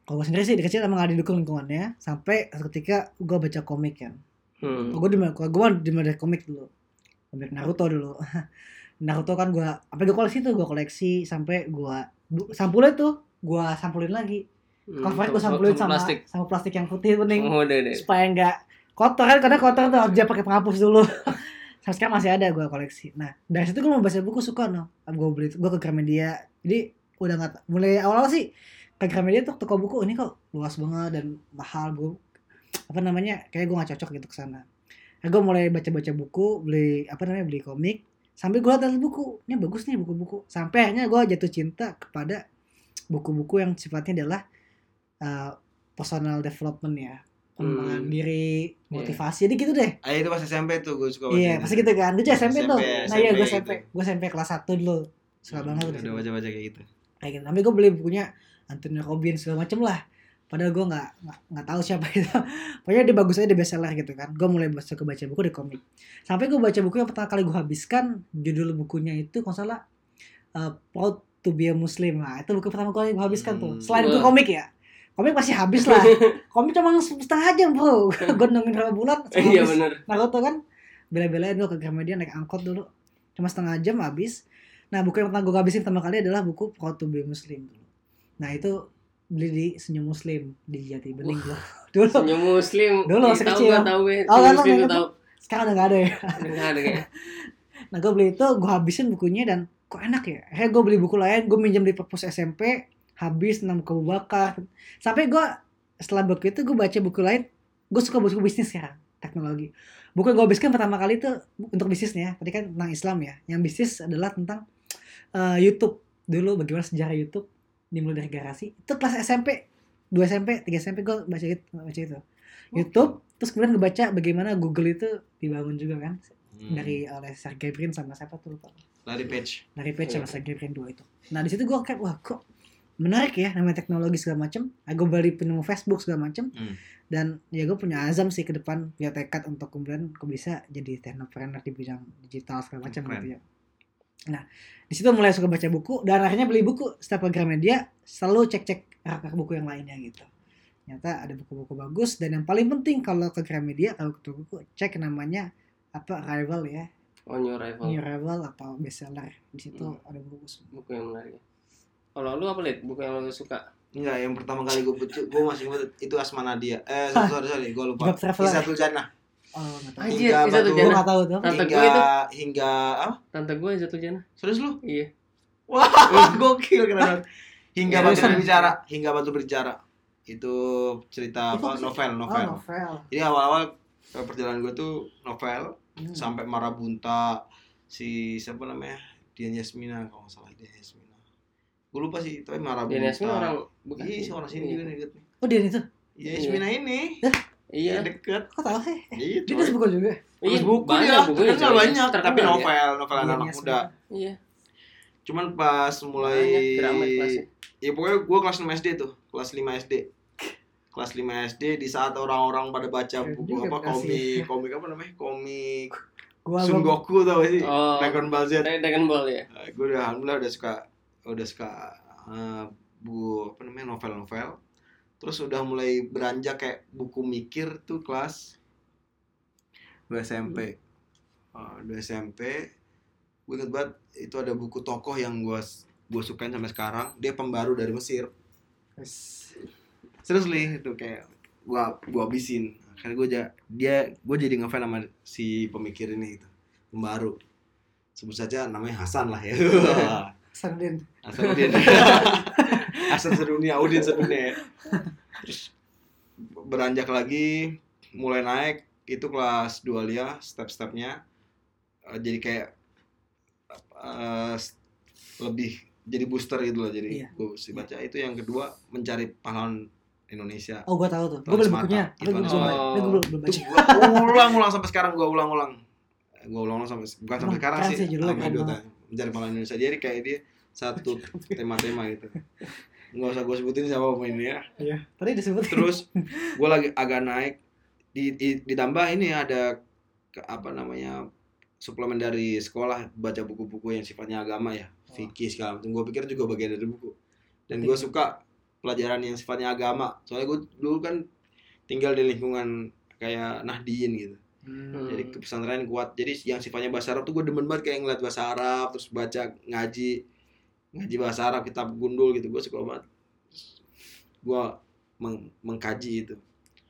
Kalau gue sendiri sih dari kecil emang gak didukung lingkungannya, sampai ketika gue baca komik kan. Hmm. Gue di gue di dari komik dulu, komik Naruto dulu. Naruto kan gue, apa gue koleksi tuh, gue koleksi sampai gue sampulnya tuh gue sampulin lagi. Hmm, Cover gue sama- sampulin sama sama plastik. sama plastik yang putih bening, Oh, deh, deh. supaya nggak kotor kan, karena kotor tuh harus dia pakai penghapus dulu. Sampai sekarang masih ada gue koleksi. Nah dari situ gue mau baca buku suka no, gue beli gue ke Gramedia. Jadi udah nggak, mulai awal-awal sih ke Gramedia tuh toko buku ini kok luas banget dan mahal, gue apa namanya kayak gue nggak cocok gitu ke sana. Nah, gue mulai baca-baca buku, beli apa namanya beli komik, sambil gue lihat buku ini bagus nih buku-buku, sampai akhirnya gue jatuh cinta kepada buku-buku yang sifatnya adalah uh, personal development ya, pengembangan Hmm. diri, motivasi, jadi gitu deh. Ah itu pas S M P tuh gue suka baca. Iya pasti gitu kan, gue juga S M P tuh. S M P, Nah iya gue S M P S M P, gue S M P kelas satu dulu, suka banget tuh. Udah baca-baca kayak gitu. Kayak gitu. Tapi gue beli bukunya Anthony Robbins segala macem lah. Padahal gue nggak nggak nggak tahu siapa itu. Pokoknya dia bagus aja, dia bestseller gitu kan. Gue mulai baca ke baca buku di komik. Sampai gue baca buku yang pertama kali gue habiskan, judul bukunya itu kalau nggak salah uh, Proud to be a Muslim. Nah itu buku pertama kali gue habiskan tuh. Hmm. Selain buku Wah. komik ya, komik pasti habis lah. Komik cuma setengah jam bro. Gue nungguin berapa bulan. Iya habis. benar. Naruto kan bela-belain gue ke Gramedia naik angkot dulu, cuma setengah jam habis. Nah buku yang pertama gue habisin pertama kali adalah buku Proud to be a Muslim. Nah itu beli di Senyum Muslim di Jati Bening dulu. Dulu. Senyum Muslim. Dulu Ih, masih tahu kecil. gua, tahu gue. Oh, Senyum kan, Muslim kan, tuh kan. tahu. Sekarang udah gak ada ya. Enggak ada kayaknya. Nah gue beli itu, gue habisin bukunya dan kok enak ya. Akhirnya gue beli buku lain, gue minjem di perpus S M P, habis enam buku bakar. Sampai gue setelah buku itu gue baca buku lain, gue suka buku bisnis sekarang, teknologi. Buku yang gue habiskan pertama kali itu untuk bisnisnya, tadi kan tentang Islam ya. Yang bisnis adalah tentang uh, YouTube. Dulu bagaimana sejarah YouTube dimulai dari garasi. Itu kelas S M P, dua S M P, tiga S M P gue baca itu, baca itu. YouTube, terus kemudian gue baca bagaimana Google itu dibangun juga kan. Hmm. Dari oleh Sergey Brin sama siapa tuh lupa. Larry Page. Dari Page sama Sergey Brin dua itu. Nah di situ gue kayak wah kok menarik ya namanya teknologi segala macam. Gue balik penemu Facebook segala macam. Hmm. Dan ya gue punya azam sih ke depan, punya tekad untuk kemudian gue bisa jadi technopreneur di bidang digital segala macam Keren. gitu ya. Nah di situ mulai suka baca buku dan akhirnya beli buku. Setiap ke Gramedia selalu cek-cek rak buku yang lainnya gitu. Ternyata ada buku-buku bagus dan yang paling penting kalau ke Gramedia kalau ke buku cek namanya apa rival ya, Oh, New Arrival. New Rival atau bestseller. Di situ Hmm. ada buku semua. Buku yang menarik. Kalau lu apa, Lid? Buku yang lu suka? Enggak, yang pertama kali gue baca, gue masih ingat itu Asma Nadia. Eh, sorry, sorry, sorry gue lupa. Bab traveler. Isatul Jannah. Oh nggak tahu. Anjir, Hingga itu tuh batu- Gue Jannah. nggak tahu tuh. Tante Hingga gue itu. hingga apa? Tante gue jatuh jannah. Serius lu? Iya. Wah, gokil keren banget. Hingga Ya, batu seriusan? berbicara, hingga batu berbicara. Itu cerita Itu apa? apa sih? Novel, Oh novel. novel. Jadi awal-awal eh, perjalanan gue tuh novel Hmm. sampai Marabunta, si siapa namanya? Dian Yasmina kalau nggak salah, Dian Yasmina. Gue lupa sih, tapi Marabunta. Dian Yasmin orang bukan. Iya, sih orang sini Iya. juga nih deket nih. Oh dia itu. Iya, Yasmina ini. Iya. Yang deket. Kok tahu sih? Iya, Dia coy. nulis buku juga. Terus Iya, buku banyak dia, bukunya, terkenal coy. banyak, Terkenal tapi ya. novel, novel Dian anak Yasmina. muda. Iya. Cuman pas mulai Banyak drama kelasnya. ya pokoknya gue kelas enam S D tuh, kelas lima S D. Kelas lima S D di saat orang-orang pada baca Keren buku juga apa kasih. komik, komik apa namanya? Komik Gua Sun gua- Goku tau gak sih? Oh. Dragon Ball Z. Dari Dragon Ball ya. Gue udah alhamdulillah udah suka udah suka uh, bu apa namanya novel-novel. Terus udah mulai beranjak kayak buku mikir tuh kelas dua S M P. Uh, dua S M P. Gue inget banget itu ada buku tokoh yang gue gue sukain sampai sekarang. Dia pembaru dari Mesir. Serius li itu kayak gua gua habisin. Akhirnya gue dia gue jadi ngefans sama si pemikir ini gitu. Pembaru. Sebut saja namanya Hasan lah ya. Sardin. Hasanuddin. Hasan sedunia, Udin sedunia. Terus beranjak lagi, mulai naik itu kelas dua Lia, step-stepnya uh, jadi kayak uh, lebih jadi booster gitu loh. Jadi Iya. gue mesti baca itu. Yang kedua mencari pahlawan Indonesia. Oh gue tahu tuh. Gue beli Transmata. bukunya. Tapi gue Itu belum ada. baca. Gue belum belum Itu baca. gua ulang-ulang sampai sekarang gue ulang-ulang. Gue ulang-ulang sampai bukan sampai Emang sekarang keren sih. sih, judulnya Sama keren Dota. banget. Mencari pahlawan Indonesia. Jadi kayak dia satu tema-tema gitu. Nggak usah gue sebutin siapa pemainnya. Iya. Tadi disebut. Terus gue lagi agak naik di, di ditambah ini ada ke, apa namanya suplemen dari sekolah baca buku-buku yang sifatnya agama ya, fikih segala macam. Gue pikir juga bagian dari buku. Dan gue suka pelajaran yang sifatnya agama. Soalnya gue dulu kan tinggal di lingkungan kayak Nahdien gitu. Hmm. Jadi ke pesantren kuat. Jadi yang sifatnya bahasa Arab tuh gue demen banget kayak ngeliat bahasa Arab, terus baca ngaji ngaji bahasa Arab, kitab gundul gitu. Gue suka banget. Gue meng- mengkaji itu.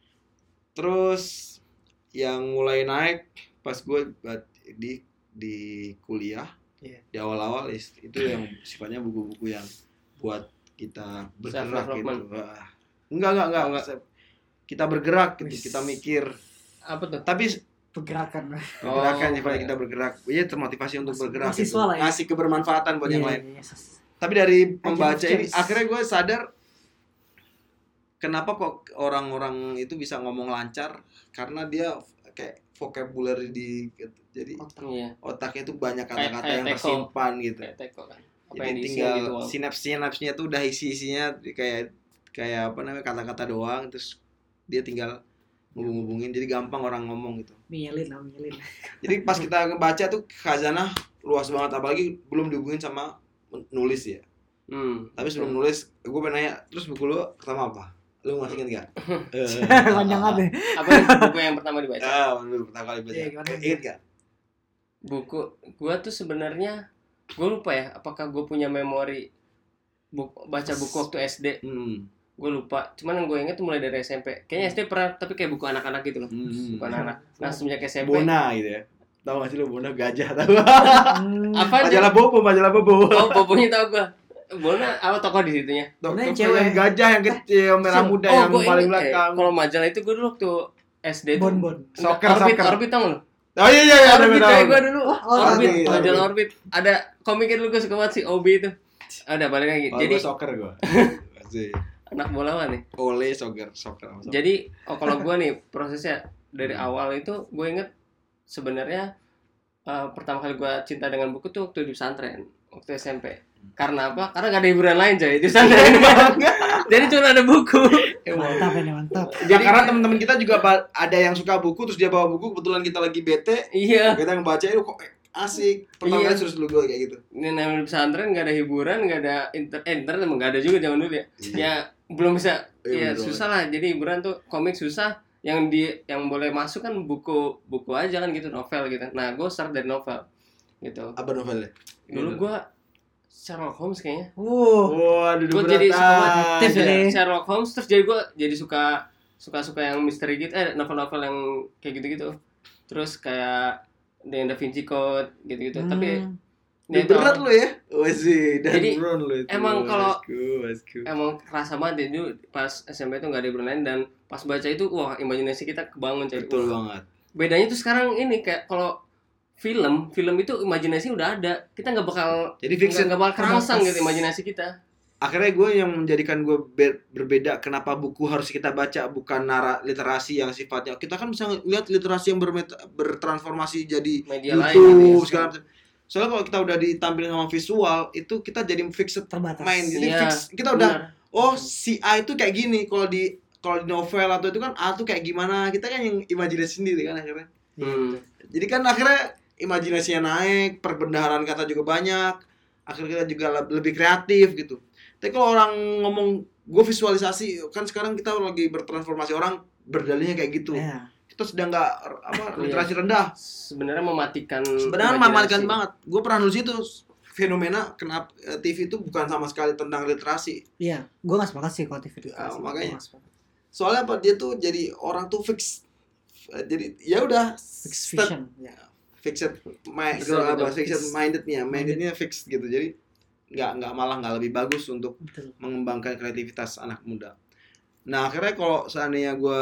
Terus yang mulai naik pas gue di di kuliah, Iya. di awal-awal is- itu yang sifatnya buku-buku yang buat kita bergerak gitu. Self-development. Wah. Enggak, enggak, enggak, Oh, enggak. Kita bergerak gitu, Wis. kita mikir. Apa tuh? Tapi Pergerakan. pergerakan Oh, sifatnya iya. kita bergerak. Iya, termotivasi untuk Mas- bergerak. mahasiswa gitu. lah ya. Ngasih kebermanfaatan buat yang Iya, lain. iya, yes. Tapi dari Agent membaca of ini change. akhirnya gue sadar kenapa kok orang-orang itu bisa ngomong lancar, karena dia kayak vocabulary di jadi Iya. otaknya itu banyak Kayak- kata-kata kayak yang teko. tersimpan gitu. Kayak teko kan. Apa Jadi yang diisi tinggal gitu. Bang. sinaps-sinapsnya tuh udah isi-isinya kayak kayak apa namanya kata-kata doang, terus dia tinggal ngubung-ngubungin, jadi gampang orang ngomong gitu. Mielin lah, mielin. Jadi pas kita ngebaca tuh khazanah luas banget, apalagi belum dihubungin sama nulis ya. Hmm. Tapi sebelum nulis, gue pengen nanya, terus buku lu pertama apa? Lu masih inget gak? Panjang banget. Apa nih buku yang pertama dibaca? Ah, lu pertama kali baca. Iya, gimana? Ingat gak? Buku gua tuh sebenarnya gue lupa ya, apakah gue punya memori buku, baca buku waktu S D. Hmm. Gue lupa. Cuman yang gue inget tuh mulai dari S M P. Kayaknya S D pernah, tapi kayak buku anak-anak gitu loh. Hmm. Buku anak-anak. Nah, semenjak S M P. Bona gitu ya. Tahu gak sih lu Bona gajah tahu? Hmm. Apa Majalah Bobo, majalah Bobo. Oh, bobonya tau gue. Bona apa tokoh di situnya? Dokter Bona yang cewek. yang gajah yang kecil, yang merah muda Oh, yang gua paling inget, eh, belakang. kalau majalah itu gue dulu waktu S D tuh. Bon-bon. Soccer, Orbit, soccer. Orbit tau lu? Oh iya iya iya, ada Orbit tahu. kayak gue dulu. Oh, Orbit, Orbit, majalah Orbit. Orbit. Ada komiknya dulu gue suka banget sih, Obi itu. Ada balik lagi. Oh, Jadi gua soccer gua. Asik. anak bola mana nih? Ole soccer, soccer. soccer. Jadi oh, kalau gue nih prosesnya dari Hmm. awal itu gue inget sebenarnya eh, pertama kali gue cinta dengan buku tuh waktu di pesantren waktu S M P. Karena apa? Karena gak ada hiburan lain coy di pesantren. Jadi cuma ada buku. Mantap ini, mantap. Ya, karena teman-teman kita juga ba- ada yang suka buku, terus dia bawa buku, kebetulan kita lagi bete, Iya. kita ngebaca itu kok eh, asik. Pertama Iya. kali terus dulu gue kayak gitu. Ini namanya di pesantren gak ada hiburan, gak ada inter eh, internet emang gak ada juga zaman dulu ya. Iya. Ya belum bisa. Iya, Ya betul. susah lah. Jadi hiburan tuh komik susah. Yang di yang boleh masuk kan buku buku aja kan gitu, novel gitu. Nah gue start dari novel gitu. Apa novelnya? Dulu Gitu. gue Sherlock Holmes kayaknya. Uh, Waduh, Gue jadi suka banget Detektif ya, ya. Sherlock Holmes, terus jadi gue jadi suka suka suka yang misteri gitu, eh novel-novel yang kayak gitu-gitu. Terus kayak The Da Vinci Code gitu-gitu. hmm. Tapi Udah ya itu berat lu ya? Wah sih, dan Jadi, Brown lu itu. emang kalau- Bosku, bosku. emang kerasa banget ya dulu pas S M P itu nggak ada hiburan lain, dan pas baca itu wah imajinasi kita kebangun coy. Betul Wah, banget. bedanya tuh sekarang ini kayak kalau film film itu imajinasi udah ada, kita nggak bakal Jadi fiction. nggak bakal kerangsang Terbatas. gitu imajinasi kita. Akhirnya gue yang menjadikan gue ber- berbeda, kenapa buku harus kita baca, bukan nara literasi yang sifatnya kita kan bisa lihat literasi yang bermeta- bertransformasi jadi Media lain YouTube gitu ya. segala macam. Soalnya kalau kita udah ditampilkan sama visual itu kita jadi fixed terbatas. main, jadi Iya, fix kita udah benar. oh si A itu kayak gini, kalau di kalau di novel atau itu kan A tuh kayak gimana, kita kan yang imajinasi sendiri kan akhirnya. Hmm. Jadi kan akhirnya imajinasinya naik, perbendaharaan kata juga banyak, akhirnya kita juga le- lebih kreatif gitu. Tapi kalau orang ngomong gue visualisasi, kan sekarang kita lagi bertransformasi, orang berdalihnya kayak gitu. Ya. Kita sedang nggak apa literasi rendah. Sebenarnya mematikan Sebenarnya imajinasi. mematikan banget. Gue pernah nulis itu fenomena kenapa eh, T V itu bukan sama sekali tentang literasi. Iya, gue gak sepakat sih kalau T V itu. Ah, makanya. Gua nggak sepakat. Soalnya apa, dia tuh jadi orang tuh fix. Eh, Jadi ya udah Fix step- vision. Ya. fixed mind Betul, apa betul. fixed mindednya mindednya fix gitu, jadi nggak nggak malah nggak lebih bagus untuk Betul. mengembangkan kreativitas anak muda. Nah akhirnya kalau seandainya gue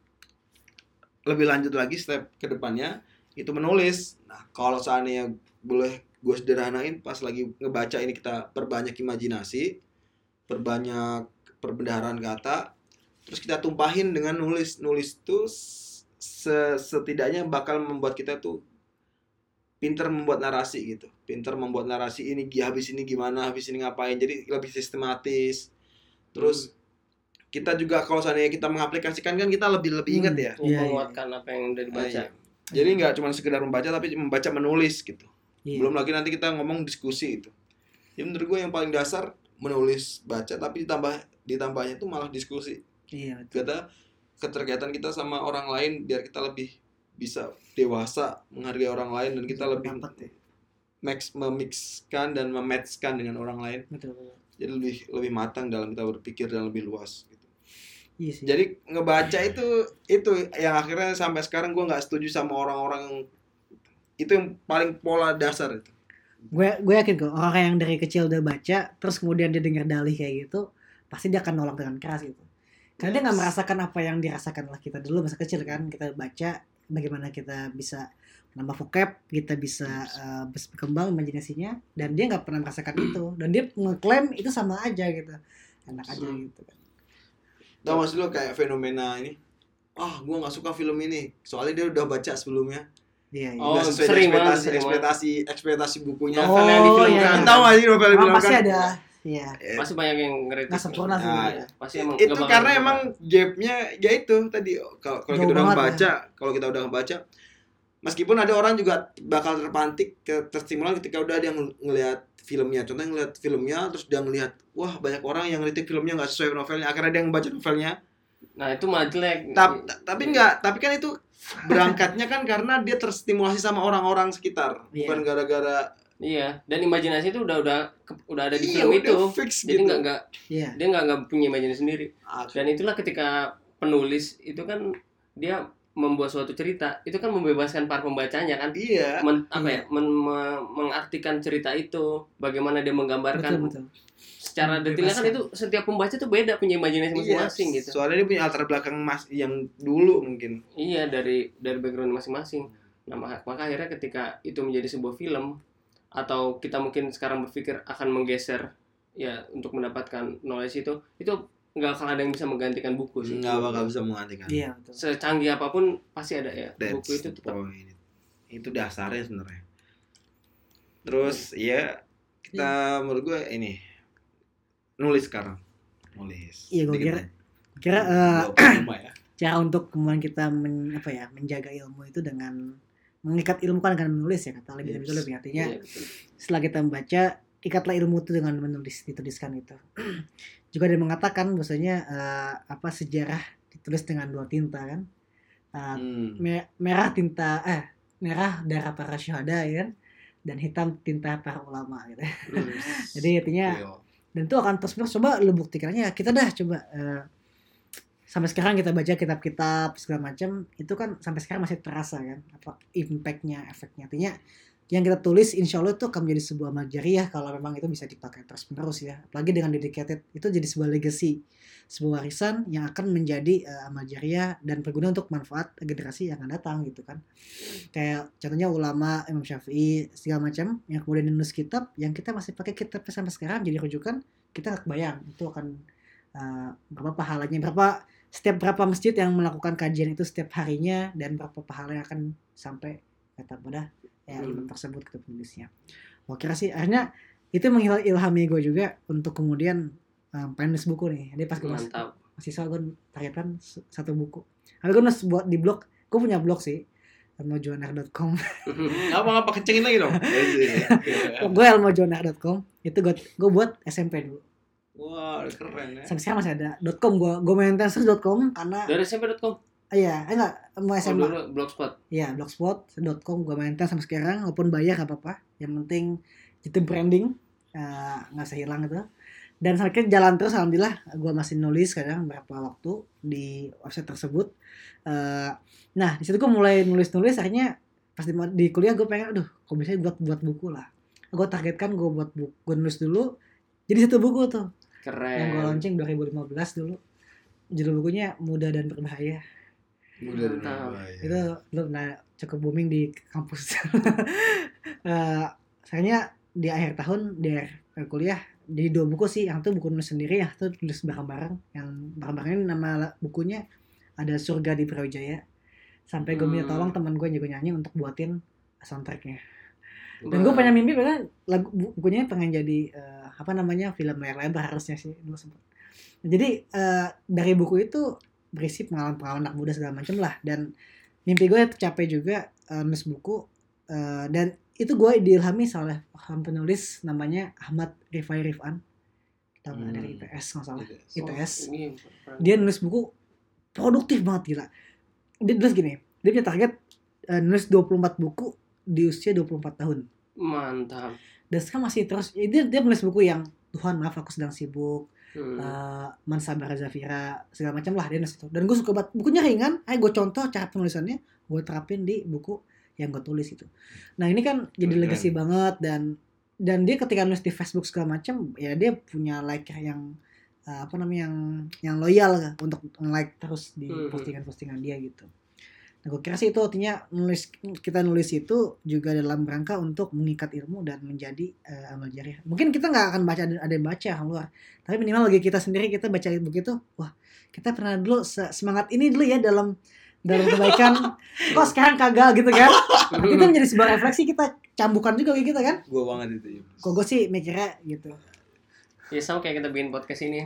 lebih lanjut lagi step ke depannya itu menulis. Nah kalau seandainya boleh gue sederhanain, pas lagi ngebaca ini kita perbanyak imajinasi, perbanyak perbendaharaan kata, terus kita tumpahin dengan nulis. Nulis tuh se- setidaknya bakal membuat kita tuh pinter membuat narasi gitu, pinter membuat narasi ini habis ini gimana, habis ini ngapain, jadi lebih sistematis. Terus kita juga kalau seandainya kita mengaplikasikan kan kita lebih lebih ingat ya. Untuk Iya, iya. menguatkan apa yang udah dibaca. Ah, iya. Jadi nggak cuma sekedar membaca tapi membaca menulis gitu. Iya. Belum lagi nanti kita ngomong diskusi itu. Ya menurut gue yang paling dasar menulis baca, tapi ditambah ditambahnya tuh malah diskusi. Iya betul. Kita keterkaitan kita sama orang lain biar kita lebih bisa dewasa menghargai orang lain dan kita lebih Pendapat ya. max memixkan dan mematchkan dengan orang lain. Betul, betul. Jadi lebih lebih matang dalam kita berpikir dan lebih luas gitu. Iya sih. Jadi ngebaca itu itu yang akhirnya sampai sekarang gue nggak setuju sama orang-orang yang itu yang paling pola dasar itu. gue gue yakin kok orang yang dari kecil udah baca terus kemudian dia dengar dalih kayak gitu pasti dia akan nolak dengan keras gitu karena dia nggak Yes. merasakan apa yang dirasakan oleh kita dulu masa kecil kan kita baca bagaimana kita bisa menambah vocab kita bisa uh, berkembang imajinasinya dan dia nggak pernah merasakan itu dan dia ngeklaim itu sama aja gitu enak aja Hmm. gitu kan Tau gak sih lo kayak fenomena ini? Ah, gue nggak suka film ini soalnya dia udah baca sebelumnya. iya iya Oh, Nggak sesuai sering banget, ekspektasi sering banget. ekspektasi ekspektasi bukunya. Oh, Novel yang difilmkan. iya. Tahu gak sih novel Emang film pasti kan? ada iya Eh, Pasti banyak yang ngeritik. nggak sempurna sih Nah, iya. Pasti emang itu nggak bakal karena sempurna. emang gapnya ya itu tadi kalau kalau Jauh kita udah banget baca kalau kita udah baca meskipun ada orang juga bakal terpantik ke terstimulan ketika udah dia ng- ngelihat filmnya contohnya ngelihat filmnya terus dia ngelihat wah banyak orang yang ngeritik filmnya nggak sesuai novelnya akhirnya dia ngebaca novelnya. Nah, itu malah jelek. Ta- ta- tapi enggak tapi kan itu berangkatnya kan karena dia terstimulasi sama orang-orang sekitar Iya. bukan gara-gara Iya, dan imajinasi itu udah udah ke- udah ada di iya, film udah itu. fix Jadi gitu. nggak nggak iya dia nggak nggak punya imajinasi sendiri. Ah, Dan itulah ketika penulis itu kan dia membuat suatu cerita, itu kan membebaskan para pembacanya kan. iya Men- apa Iya. ya? men- me- mengartikan cerita itu, bagaimana dia menggambarkan betul betul secara detailnya kan Membebaskan. itu setiap pembaca tuh beda punya imajinasi iya masing-masing gitu. soalnya dia punya latar belakang mas yang dulu mungkin Iya, dari dari background masing-masing. Nah, maka, maka akhirnya ketika itu menjadi sebuah film atau kita mungkin sekarang berpikir akan menggeser ya untuk mendapatkan knowledge itu, itu nggak akan ada yang bisa menggantikan buku sih. nggak bakal bisa menggantikan. iya betul Secanggih apapun pasti ada ya. That's Buku itu the tetap. point. Itu dasarnya sebenarnya. Terus ya kita menurut gue ini nulis sekarang. Nulis. Iya, gue Dikit kira- aja. kira eh, dua puluh lima ya. cara untuk kemudian kita men, apa ya menjaga ilmu itu dengan mengikat ilmu kan dengan menulis ya kata lebih Yes. lebih lebih artinya Iya, betul. setelah kita membaca ikatlah ilmu itu dengan menulis dituliskan itu juga ada yang mengatakan bahwasanya eh, apa sejarah ditulis dengan dua tinta kan. Eh, Hmm. me- merah tinta eh merah darah para syuhada ya kan dan hitam tinta para ulama gitu. Jadi artinya Iya. dan itu akan terus terus coba lu buktikannya kita dah coba eh, sampai sekarang kita baca kitab-kitab segala macam itu kan sampai sekarang masih terasa kan apa impactnya efeknya artinya yang kita tulis insya Allah itu akan menjadi sebuah amal jariah kalau memang itu bisa dipakai terus menerus ya apalagi dengan dedicated itu jadi sebuah legacy sebuah warisan yang akan menjadi uh, amal jariah dan berguna untuk manfaat generasi yang akan datang gitu kan kayak contohnya ulama Imam Syafi'i segala macam yang kemudian menulis kitab yang kita masih pakai kitabnya sampai sekarang jadi rujukan kita nggak kebayang itu akan uh, berapa pahalanya berapa setiap berapa masjid yang melakukan kajian itu setiap harinya dan berapa pahala yang akan sampai kata pada ya, ilmu tersebut ke penulisnya. Gua kira sih akhirnya itu mengilhami gue juga untuk kemudian um, pengen nulis buku nih. Jadi pas gue masih Mantap. masih soal gue targetkan s- satu buku. Tapi gue nulis buat di blog. Gue punya blog sih elmojonar dot com. Ngapa ngapa kencengin lagi dong? Gue elmojonar dot com itu gue gue buat S M P dulu. Wah, keren ya. Sampai sekarang masih ada .com gue gue maintain terus .com karena Dari S M P dot com. iya eh, enggak mau S Oh, M A. dulu blogspot. Iya, blogspot dot com gue maintain sampai sekarang walaupun bayar gak apa-apa. Yang penting itu branding eh, nggak usah hilang gitu. Dan sampai jalan terus alhamdulillah gue masih nulis kadang berapa waktu di website tersebut. Eh, nah di situ gue mulai nulis-nulis akhirnya pas di, di kuliah gue pengen aduh kok bisa buat buat buku lah. Gue targetkan gue buat buku, gue nulis dulu. Jadi satu buku tuh Keren. yang gue launching dua ribu lima belas dulu. Judul bukunya Mudah dan Berbahaya. Mudah dan Mantap. berbahaya. Itu lu nah cukup booming di kampus. Eh, Sayangnya di akhir tahun di akhir kuliah jadi dua buku sih yang tuh buku nulis sendiri ya tuh tulis bareng-bareng yang bareng-bareng ini nama la- bukunya ada Surga di Brawijaya sampai gue minta Hmm. tolong teman gue yang jago nyanyi untuk buatin soundtracknya dan gue punya mimpi karena lagu bu- bukunya pengen jadi eh, apa namanya film layar lebar harusnya sih dulu sempat jadi eh, dari buku itu berisi pengalaman-pengalaman anak muda segala macam lah dan mimpi gue tercapai juga eh, nulis buku eh, dan itu gue diilhami oleh seorang penulis namanya Ahmad Rifai Rifan Tahu nggak, Hmm. dari I P S nggak salah. I P S. I P S. Oh, ini pernah. Dia nulis buku produktif banget gila. Dia nulis gini, dia punya target uh, nulis dua puluh empat buku di usia dua puluh empat tahun. Mantap. Dan sekarang masih terus, ya, dia, dia nulis buku yang Tuhan maaf aku sedang sibuk, Hmm. uh, Mansabara Zafira, segala macam lah dia nulis itu. Dan gue suka banget, bukunya ringan, ayo gue contoh cara penulisannya, gue terapin di buku yang gue tulis itu. Nah ini kan jadi Keren. legacy banget, dan dan dia ketika nulis di Facebook segala macam, ya dia punya like yang uh, apa namanya yang yang loyal lah untuk like terus di Hmm. postingan-postingan dia gitu. Nah gue kira sih itu artinya nulis, kita nulis itu juga dalam rangka untuk mengikat ilmu dan menjadi uh, amal jariah. Mungkin kita nggak akan baca, ada yang baca yang luar, tapi minimal bagi kita sendiri kita baca buku itu, wah kita pernah dulu se- semangat ini dulu ya dalam dalam kebaikan, kok sekarang kagak gitu kan. Tapi itu menjadi sebuah refleksi, kita cambukan juga kayak kita kan. Gue banget itu. Ya. Kok gue sih mikirnya gitu. Ya sama kayak kita bikin podcast ini.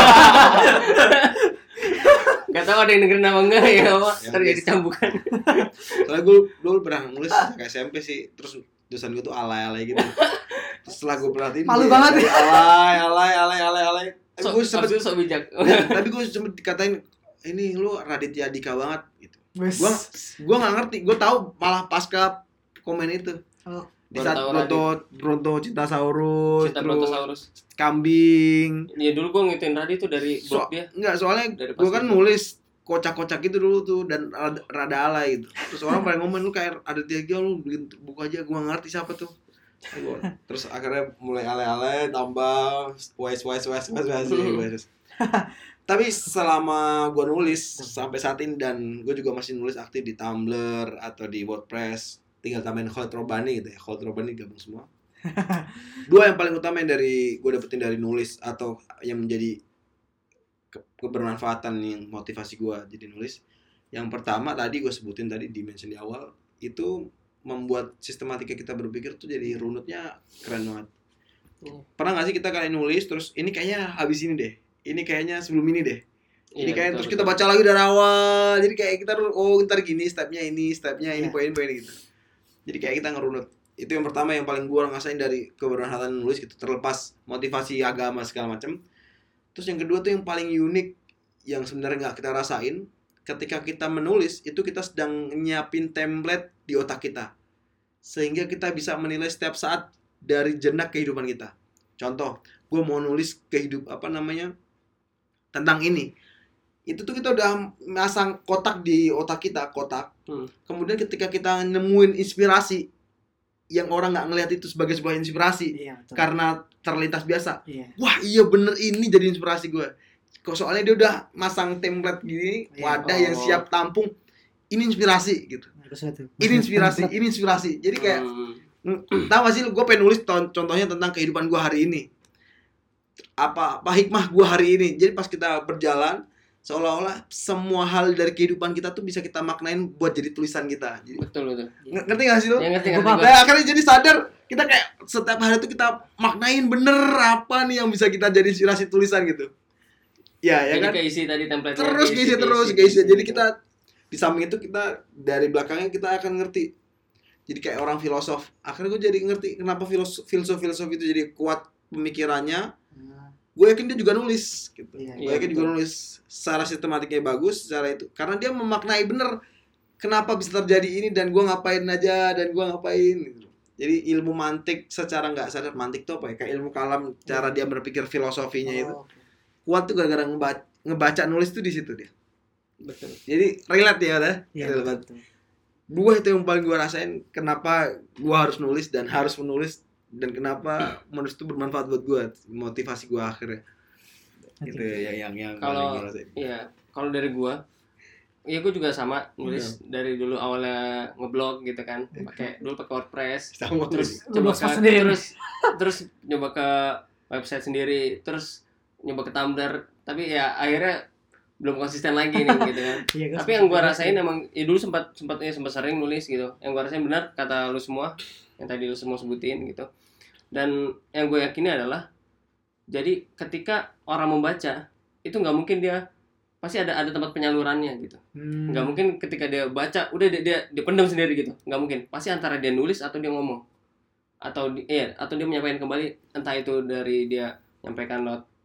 Gak tau ada yang dengerin apa enggak ya, apa Yang terjadi bisa. cambukan. Soalnya gue dulu pernah nulis kayak S M P sih, terus tulisan gue tuh alay-alay gitu. Terus setelah gue perhatiin, Malu dia- banget dia alay, alay, alay, alay, alay. Tapi So, gue sempet, abis itu sok bijak. tapi gue sempet dikatain, ini lu Raditya Dika banget gitu. Wes. Gua gua nggak ngerti, gua tahu malah pasca komen itu. Oh. Di Baru saat tahu Bronto Bronto Cintasaurus, Cinta terus Brontosaurus. kambing. Ya dulu gue ngikutin Radit tuh dari So, blog dia. enggak, soalnya Dari gua pas kan itu. nulis kocak-kocak gitu dulu tuh dan rada, rada alay gitu. Terus orang pada ngomong lu kayak ada tiga lu bikin buku aja, gua nggak ngerti siapa tuh. Gua- Terus akhirnya mulai alay-alay, tambah wise wise wise wise wise, wise. Tapi selama gue nulis sampai saat ini, dan gue juga masih nulis aktif di Tumblr atau di WordPress, tinggal tambahin Khalid Robani gitu ya, Khalid Robani gabung semua. Dua yang paling utama yang dari gue dapetin dari nulis atau yang menjadi ke- kebermanfaatan yang motivasi gue jadi nulis. Yang pertama tadi gue sebutin tadi di mention di awal, itu membuat sistematika kita berpikir tuh jadi runutnya keren banget. Hmm. Pernah gak sih kita kalian nulis terus ini kayaknya habis ini deh, ini kayaknya sebelum ini deh, ini Iya, kayak betul, terus betul. kita baca lagi dari awal, jadi kayak kita oh ntar gini stepnya ini stepnya ini Iya. poin-poin gitu, jadi kayak kita ngerunut. Itu yang pertama yang paling gua ngerasain dari kebermanfaatan nulis gitu, terlepas motivasi agama segala macam. Terus yang kedua tuh yang paling unik yang sebenarnya nggak kita rasain, ketika kita menulis itu kita sedang nyiapin template di otak kita sehingga kita bisa menilai setiap saat dari jenak kehidupan kita. Contoh, gue mau nulis kehidup apa namanya tentang ini, itu tuh kita udah masang kotak di otak kita, kotak. Hmm. Kemudian ketika kita nemuin inspirasi yang orang nggak ngelihat itu sebagai sebuah inspirasi Iya, betul. karena terlintas biasa, Iya. wah iya bener ini jadi inspirasi gue. Kok soalnya dia udah masang template gini, Iya. wadah Oh. yang siap tampung, ini inspirasi gitu. Bagus banget tuh. Ini inspirasi, ini inspirasi. Jadi kayak Hmm. tahu gak sih, gue pengen nulis ton- contohnya tentang kehidupan gue hari ini, apa apa hikmah gue hari ini. Jadi pas kita berjalan, seolah-olah semua hal dari kehidupan kita tuh bisa kita maknain buat jadi tulisan kita. Jadi, Betul betul. ng- ngerti gak sih lo? Ya ngerti Gua ngerti. paham. gua. Nah, akhirnya jadi sadar kita kayak setiap hari tuh kita maknain bener apa nih yang bisa kita jadi inspirasi tulisan gitu. Ya, ya Jadi kan? keisi tadi template-nya. Terus keisi, keisi terus keisi, keisi. keisi Jadi gitu. kita di samping itu kita dari belakangnya kita akan ngerti. Jadi kayak orang filosof. Akhirnya gue jadi ngerti kenapa filosof filsuf-filsuf itu jadi kuat pemikirannya. Nah, Gue yakin dia juga nulis gitu. Iya, Gue iya, yakin juga betul. nulis secara sistematiknya bagus, secara itu. Karena dia memaknai bener kenapa bisa terjadi ini dan gue ngapain aja dan gue ngapain gitu. Jadi ilmu mantik secara nggak sadar, mantik itu apa ya? Kayak ilmu kalam, cara dia berpikir filosofinya itu. oh, oke. Kuat tuh gara-gara ngebaca, ngebaca nulis tuh di situ dia. Betul. Jadi relate ya udah. Iya, Relate. betul. Dua itu yang paling gue rasain kenapa gue harus nulis dan harus menulis, dan kenapa menulis itu bermanfaat buat gue, motivasi gue akhirnya. Oke. Gitu ya yang yang Kalau paling gue rasain. iya, kalau dari gua, ya gua juga sama nulis dari dulu awalnya ngeblog gitu kan, pakai dulu pakai WordPress, Sama terus Lu coba blogspot ke, sendiri. terus terus nyoba ke website sendiri, terus nyoba ke Tumblr, tapi ya akhirnya belum konsisten lagi nih gitu kan. Iya, gua Tapi yang gua sepakat. rasain emang ya dulu sempat sempatnya sempat sering nulis gitu. Yang gua rasain benar kata lu semua yang tadi lu semua sebutin gitu. Dan yang gue yakini adalah jadi ketika orang membaca itu nggak mungkin dia pasti ada ada tempat penyalurannya gitu. Hmm. Nggak mungkin ketika dia baca udah dia dia, dia pendam sendiri gitu. Nggak mungkin. Pasti antara dia nulis atau dia ngomong. Atau di, iya, atau dia menyampaikan kembali, entah itu dari dia menyampaikan lewat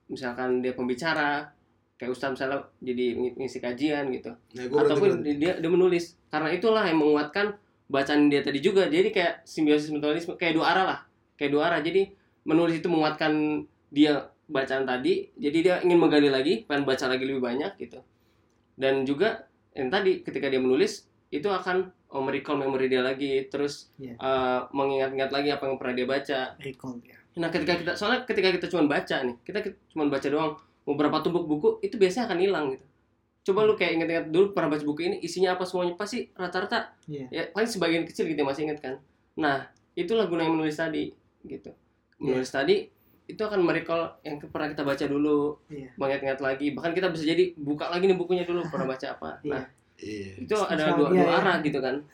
misalkan dia pembicara, kayak ustaz misalnya jadi ng- ngisi kajian gitu, Nah, gua berarti ataupun berarti- dia dia menulis. Karena itulah yang menguatkan bacaan dia tadi juga. Jadi kayak simbiosis mutualisme, kayak dua arah lah, kayak dua arah. Jadi menulis itu menguatkan dia bacaan tadi, jadi dia ingin menggali lagi, pengen baca lagi lebih banyak gitu. Dan juga yang tadi ketika dia menulis itu akan oh, merecall memori dia lagi, terus Iya. uh, mengingat-ingat lagi apa yang pernah dia baca. Recall ya. Nah, ketika kita soalnya ketika kita cuma baca nih, kita cuma baca doang, beberapa tumpuk buku itu biasanya akan hilang gitu. Coba lu kayak ingat-ingat dulu pernah baca buku ini, isinya apa semuanya, pasti rata-rata Iya. ya paling sebagian kecil gitu masih ingat kan. Nah, itulah gunanya menulis tadi gitu. Menulis tadi itu akan merecall yang pernah kita baca dulu, Iya. mengingat-ingat lagi. Bahkan kita bisa jadi buka lagi nih bukunya dulu pernah baca apa. Nah, Iya. itu ada Sama- dua, iya, dua iya. arah gitu kan.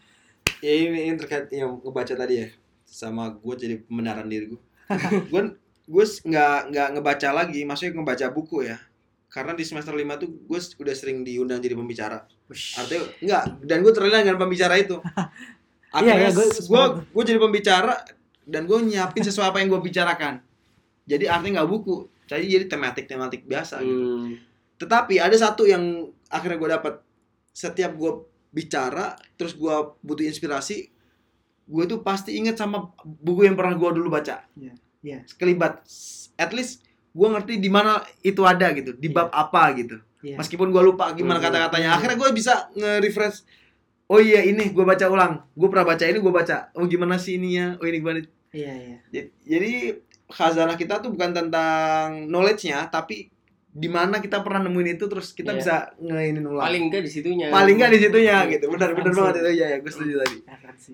Ya ini yang terkait yang ngebaca tadi ya, sama gue jadi pembenaran diri gue. gue gue nggak nggak ngebaca lagi, maksudnya ngebaca buku ya. Karena di semester lima tuh gue udah sering diundang jadi pembicara. Artinya enggak, dan gue terlihat dengan pembicara itu. Akhirnya Iya, iya, gua- gue gue jadi pembicara dan gue nyiapin sesuai apa yang gue bicarakan. Jadi artinya nggak buku, jadi jadi tematik-tematik biasa gitu. Hmm. Tetapi ada satu yang akhirnya gue dapat, setiap gue bicara terus gue butuh inspirasi, gue tuh pasti inget sama buku yang pernah gue dulu baca. Iya, iya. Sekelibat, at least gue ngerti di mana itu ada gitu, di bab apa gitu. Iya. Meskipun gue lupa gimana Hmm. kata-katanya, akhirnya gue bisa nge-refresh. Oh iya ini gue baca ulang, gue pernah baca ini gue baca. Oh gimana sih ininya? Oh ini gimana? Iya, iya. Jadi, jadi khazanah kita tuh bukan tentang knowledge-nya, tapi di mana kita pernah nemuin itu terus kita Iya. bisa ngeinin ulang. Paling enggak di situnya. Paling nggak di situnya gitu. Benar benar Langsung. banget itu ya, ya gue setuju tadi. Referensi.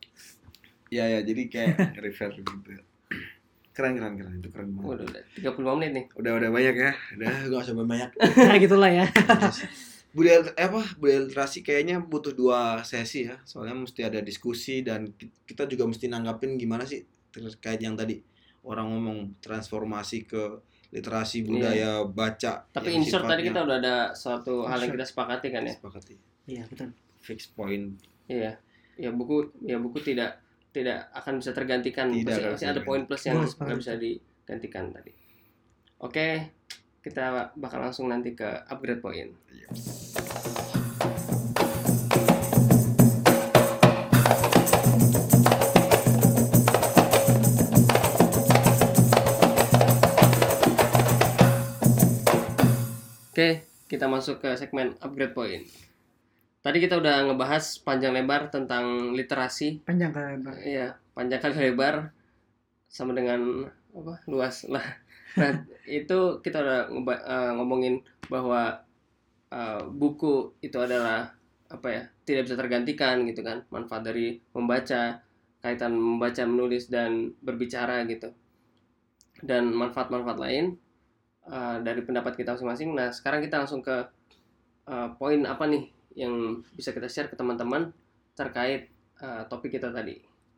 Iya ya, jadi kayak refer gitu. Keren keren keren itu keren banget. Waduh, udah tiga puluh lima menit nih. Udah udah banyak ya. Udah gak usah banyak. Nah, gitulah ya. budaya eh, apa budaya literasi kayaknya butuh dua sesi ya. Soalnya mesti ada diskusi dan ki- kita juga mesti nanggapin gimana sih terkait yang tadi orang ngomong transformasi ke literasi budaya baca. Tapi yang in short tadi sifatnya- kita udah ada suatu hal yang In short. kita sepakati kan ya. Sepakati. Iya, betul. Fix point. Iya. Ya buku ya buku tidak tidak akan bisa tergantikan. Tidak Masih, akan masih ada tergantikan. poin plus yang Gua sepakat. nggak bisa digantikan tadi. Oke, kita bakal langsung nanti ke upgrade point. Oke, kita masuk ke segmen upgrade point. Tadi kita udah ngebahas panjang lebar tentang literasi. Panjang kalian, Pak. Iya, panjang kali lebar sama dengan apa? Luas lah. Nah, itu kita udah ngeba- eh, ngomongin bahwa eh, buku itu adalah apa ya? Tidak bisa tergantikan gitu kan. Manfaat dari membaca, kaitan membaca, menulis dan berbicara gitu. Dan manfaat-manfaat lain eh, dari pendapat kita masing-masing. Nah, sekarang kita langsung ke eh, poin apa nih yang bisa kita share ke teman-teman terkait eh, topik kita tadi.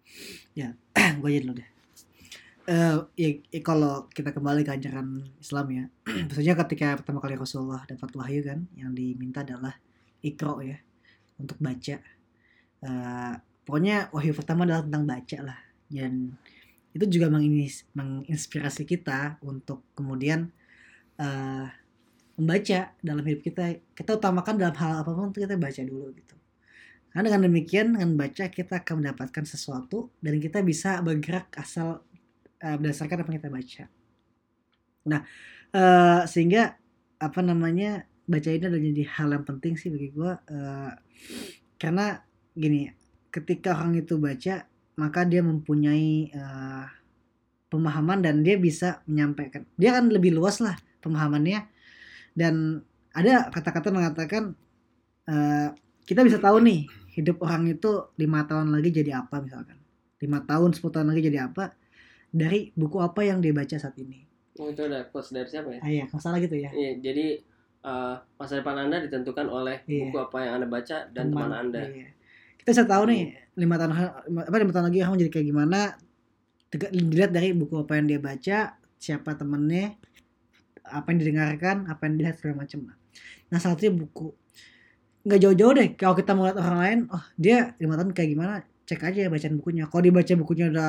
Gue aja dulu deh. Eh, ya, ya, kalau kita kembali ke ajaran Islam ya, maksudnya ketika pertama kali Rasulullah dapat wahyu kan, yang diminta adalah Iqra ya, untuk baca. Eh, pokoknya wahyu pertama adalah tentang baca lah, dan itu juga menginis- menginspirasi kita untuk kemudian eh, membaca dalam hidup kita. Kita utamakan dalam hal apapun kita baca dulu gitu. Karena dengan demikian, dengan baca kita akan mendapatkan sesuatu dan kita bisa bergerak asal uh, berdasarkan apa yang kita baca. Nah, uh, sehingga apa namanya baca ini adalah jadi hal yang penting sih bagi gue. Uh, karena gini, ketika orang itu baca, maka dia mempunyai uh, pemahaman dan dia bisa menyampaikan. Dia kan lebih luas lah pemahamannya. Dan ada kata-kata mengatakan uh, kita bisa tahu nih hidup orang itu lima tahun lagi jadi apa misalkan. lima tahun, sepuluh tahun lagi jadi apa dari buku apa yang dia baca saat ini. Oh, itu ada quotes dari siapa ya? Ah iya, masalah gitu ya. Iya, jadi eh, masa depan Anda ditentukan oleh Iya. buku apa yang Anda baca dan teman, Anda. Iya. Kita bisa tahu nih lima tahun apa lima tahun lagi orang jadi kayak gimana. Tega- Dilihat dari buku apa yang dia baca, siapa temennya, apa yang didengarkan, apa yang dilihat segala macam. Nah, salah satunya buku. Nggak jauh-jauh deh kalau kita melihat orang lain, oh dia lima tahun kayak gimana, cek aja bacaan bukunya. Kalau dibaca bukunya udah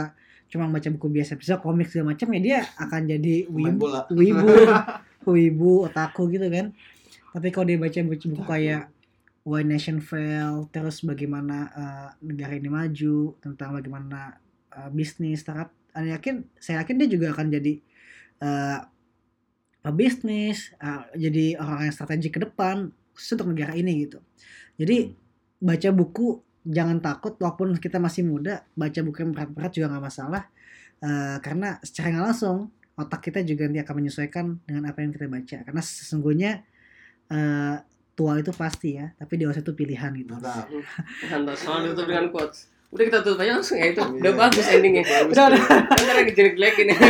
cuma baca buku biasa-biasa, komik segala macam, ya dia akan jadi Main wibu, bola. wibu, wibu, otaku gitu kan. Tapi kalau dia baca buku kayak Why Nation Fell, terus bagaimana uh, negara ini maju, tentang bagaimana uh, bisnis startup, saya yakin, saya yakin dia juga akan jadi uh, pebisnis, uh, jadi orang yang strategik ke depan khusus untuk negara ini gitu. Jadi baca buku jangan takut, walaupun kita masih muda, baca buku yang berat-berat juga nggak masalah, uh, karena secara nggak langsung otak kita juga nanti akan menyesuaikan dengan apa yang kita baca, karena sesungguhnya uh, tua itu pasti ya, tapi dewasa itu pilihan gitu. Mantap. Mantap. Soal tutup dengan quotes. Udah kita tutup aja langsung ya itu. Iya. Udah bagus endingnya. Bagus. Udah, udah. Ntar lagi jelek-jelekin ya.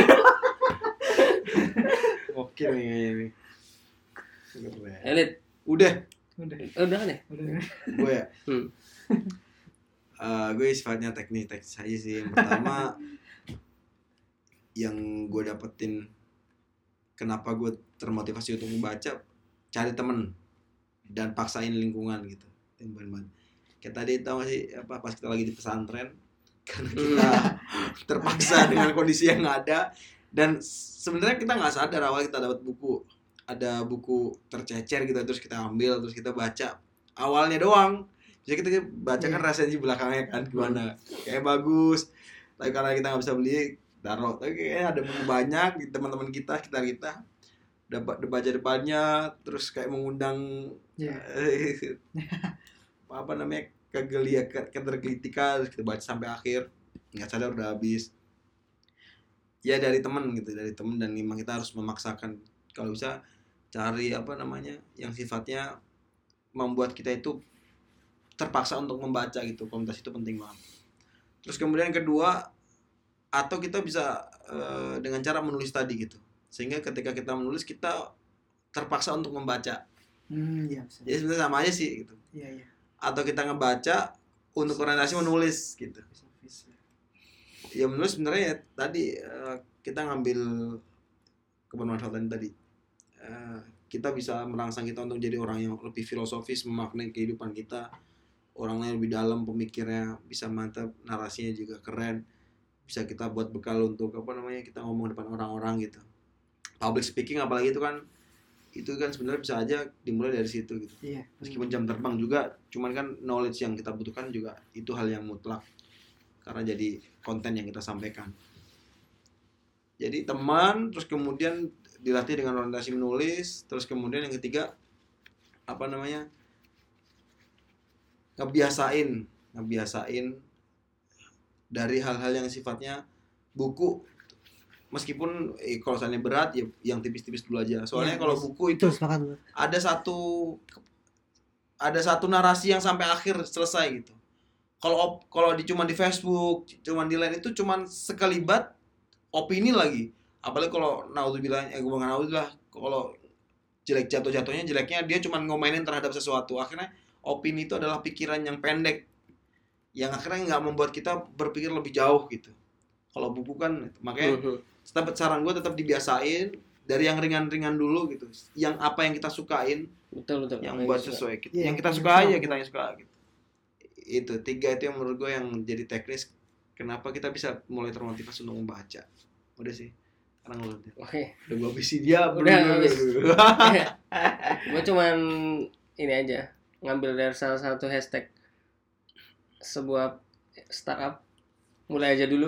Oke nih kayaknya nih. Keren. Elit. Udah, Udah, Udah kan ya? udah. gue ya. Hmm. Eh, gue sifatnya teknis-teknis aja sih. Yang pertama yang gue dapetin kenapa gue termotivasi untuk membaca, cari temen dan paksain lingkungan gitu. Teman-teman. Kayak tadi tau gak sih apa pas kita lagi di pesantren, karena kita terpaksa dengan kondisi yang ada, dan sebenarnya kita nggak sadar awal kita dapat buku, ada buku tercecer gitu, terus kita ambil, terus kita baca awalnya doang. Jadi kita baca kan Yeah. resensi belakangnya kan gimana, kayak bagus. Tapi karena kita nggak bisa beli, taruh. Tapi kayaknya ada buku banyak di teman-teman kita, kita kita dapat baca depannya, terus kayak mengundang Yeah. apa namanya kegeliat keterkritikan, terus kita baca sampai akhir, nggak sadar udah habis. Ya dari teman gitu, dari teman, dan memang kita harus memaksakan kalau bisa cari apa namanya yang sifatnya membuat kita itu terpaksa untuk membaca gitu. Komunitas itu penting banget. Terus kemudian kedua, atau kita bisa uh, dengan cara menulis tadi gitu, sehingga ketika kita menulis kita terpaksa untuk membaca. Hmm, iya, bisa. Jadi sebenarnya sama aja sih gitu. Iya, iya. Atau kita ngebaca untuk orientasi menulis gitu. Ya menulis sebenarnya ya, tadi uh, kita ngambil kebermanfaatan tadi. Uh, kita bisa merangsang kita untuk jadi orang yang lebih filosofis, memaknai kehidupan kita. Orangnya lebih dalam pemikirnya, bisa mantap, narasinya juga keren. Bisa kita buat bekal untuk apa namanya kita ngomong depan orang-orang gitu. Public speaking apalagi itu kan, itu kan sebenarnya bisa aja dimulai dari situ gitu. Iya. Meskipun jam terbang juga, cuman kan knowledge yang kita butuhkan juga itu hal yang mutlak, karena jadi konten yang kita sampaikan. Jadi teman, terus kemudian dilatih dengan orientasi menulis, terus kemudian yang ketiga apa namanya ngebiasain, ngebiasain dari hal-hal yang sifatnya buku. Meskipun eh, kalau misalnya berat ya yang tipis-tipis dulu aja. Soalnya Iya, kalau yes. buku itu Itu sepakat gue. ada satu ada satu narasi yang sampai akhir selesai gitu. Kalau op- kalau di cuma di Facebook, cuma di lain itu cuma sekelibat opini lagi. Apalagi kalau naudzubillah, eh gue nggak naudzubillah, kalau jelek jatuh-jatuhnya jeleknya dia cuma ngomainin terhadap sesuatu. Akhirnya opini itu adalah pikiran yang pendek, yang akhirnya nggak membuat kita berpikir lebih jauh gitu. Kalau buku kan, makanya tetap saran gue tetap dibiasain dari yang ringan-ringan dulu gitu. Yang apa yang kita sukain, Betul betul. yang Apa buat suka. sesuai kita. Iya, Yang kita yang suka suka. aja kita yang suka gitu. Itu tiga itu yang menurut gue yang jadi teknis. Kenapa kita bisa mulai termotivasi untuk membaca. Udah sih. Sekarang lu Oke. udah gue habisi dia. Udah habis. Gue cuman ini aja ngambil dari salah satu hashtag sebuah startup, mulai aja dulu.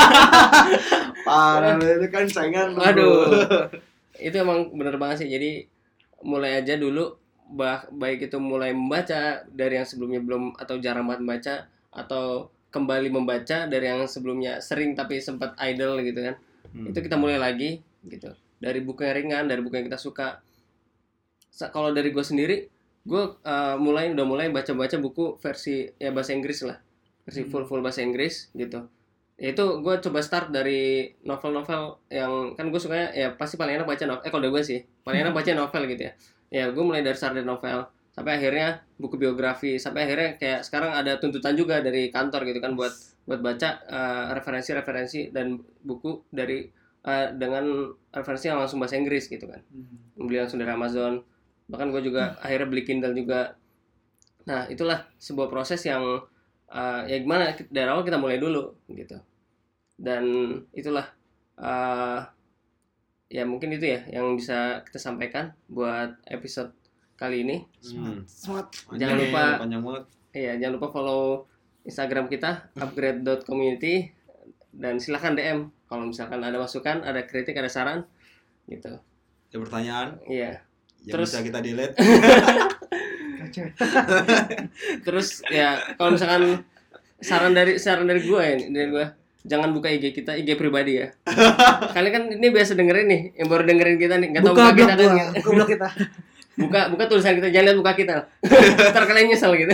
Parah itu kan saingan. Waduh. Itu emang bener banget sih. Jadi mulai aja dulu, bah, baik itu mulai membaca dari yang sebelumnya belum atau jarang banget membaca, atau kembali membaca dari yang sebelumnya sering tapi sempat idle gitu kan. Hmm. Itu kita mulai lagi gitu. Dari buku yang ringan, dari buku yang kita suka. Sa- Kalau dari gue sendiri, gue uh, mulai udah mulai baca-baca buku versi ya bahasa Inggris lah, versi Hmm. full full bahasa Inggris gitu. Itu gue coba start dari novel-novel yang kan gue sukanya ya pasti paling enak baca novel. Eh kalau dari gue sih paling enak baca novel gitu ya. Ya gue mulai dari start dari novel sampai akhirnya buku biografi, sampai akhirnya kayak sekarang ada tuntutan juga dari kantor gitu kan buat buat baca uh, referensi-referensi dan buku dari uh, dengan referensi yang langsung bahasa Inggris gitu kan. Beli langsung dari Amazon. Bahkan gue juga akhirnya beli Kindle juga. Nah itulah sebuah proses yang uh, ya gimana dari awal kita mulai dulu gitu. Dan itulah uh, ya mungkin itu ya yang bisa kita sampaikan buat episode kali ini. Hmm. Semangat. Jangan lupa panjang banget. Iya, jangan lupa follow Instagram kita upgrade dot community dan silahkan D M kalau misalkan ada masukan, ada kritik, ada saran gitu. Ada pertanyaan Iya. yang Terus- bisa kita delete. Kacau. Terus ya kalau misalkan saran dari saran dari gue ya, dari gue jangan buka I G kita, I G pribadi ya. Kalian kan ini biasa dengerin nih, yang baru dengerin kita nih, nggak tahu Buka buka blog kita kan. gua, buka blog kita. Buka buka tulisan kita, jangan lihat muka kita. Ntar kalian nyesel gitu.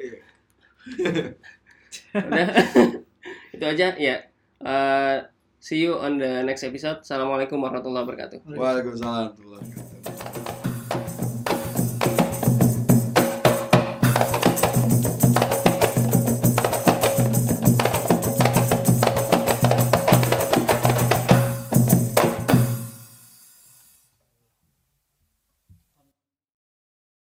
Udah. Itu aja ya. Uh, see you on the next episode. Assalamualaikum warahmatullahi wabarakatuh. Waalaikumsalam warahmatullahi wabarakatuh.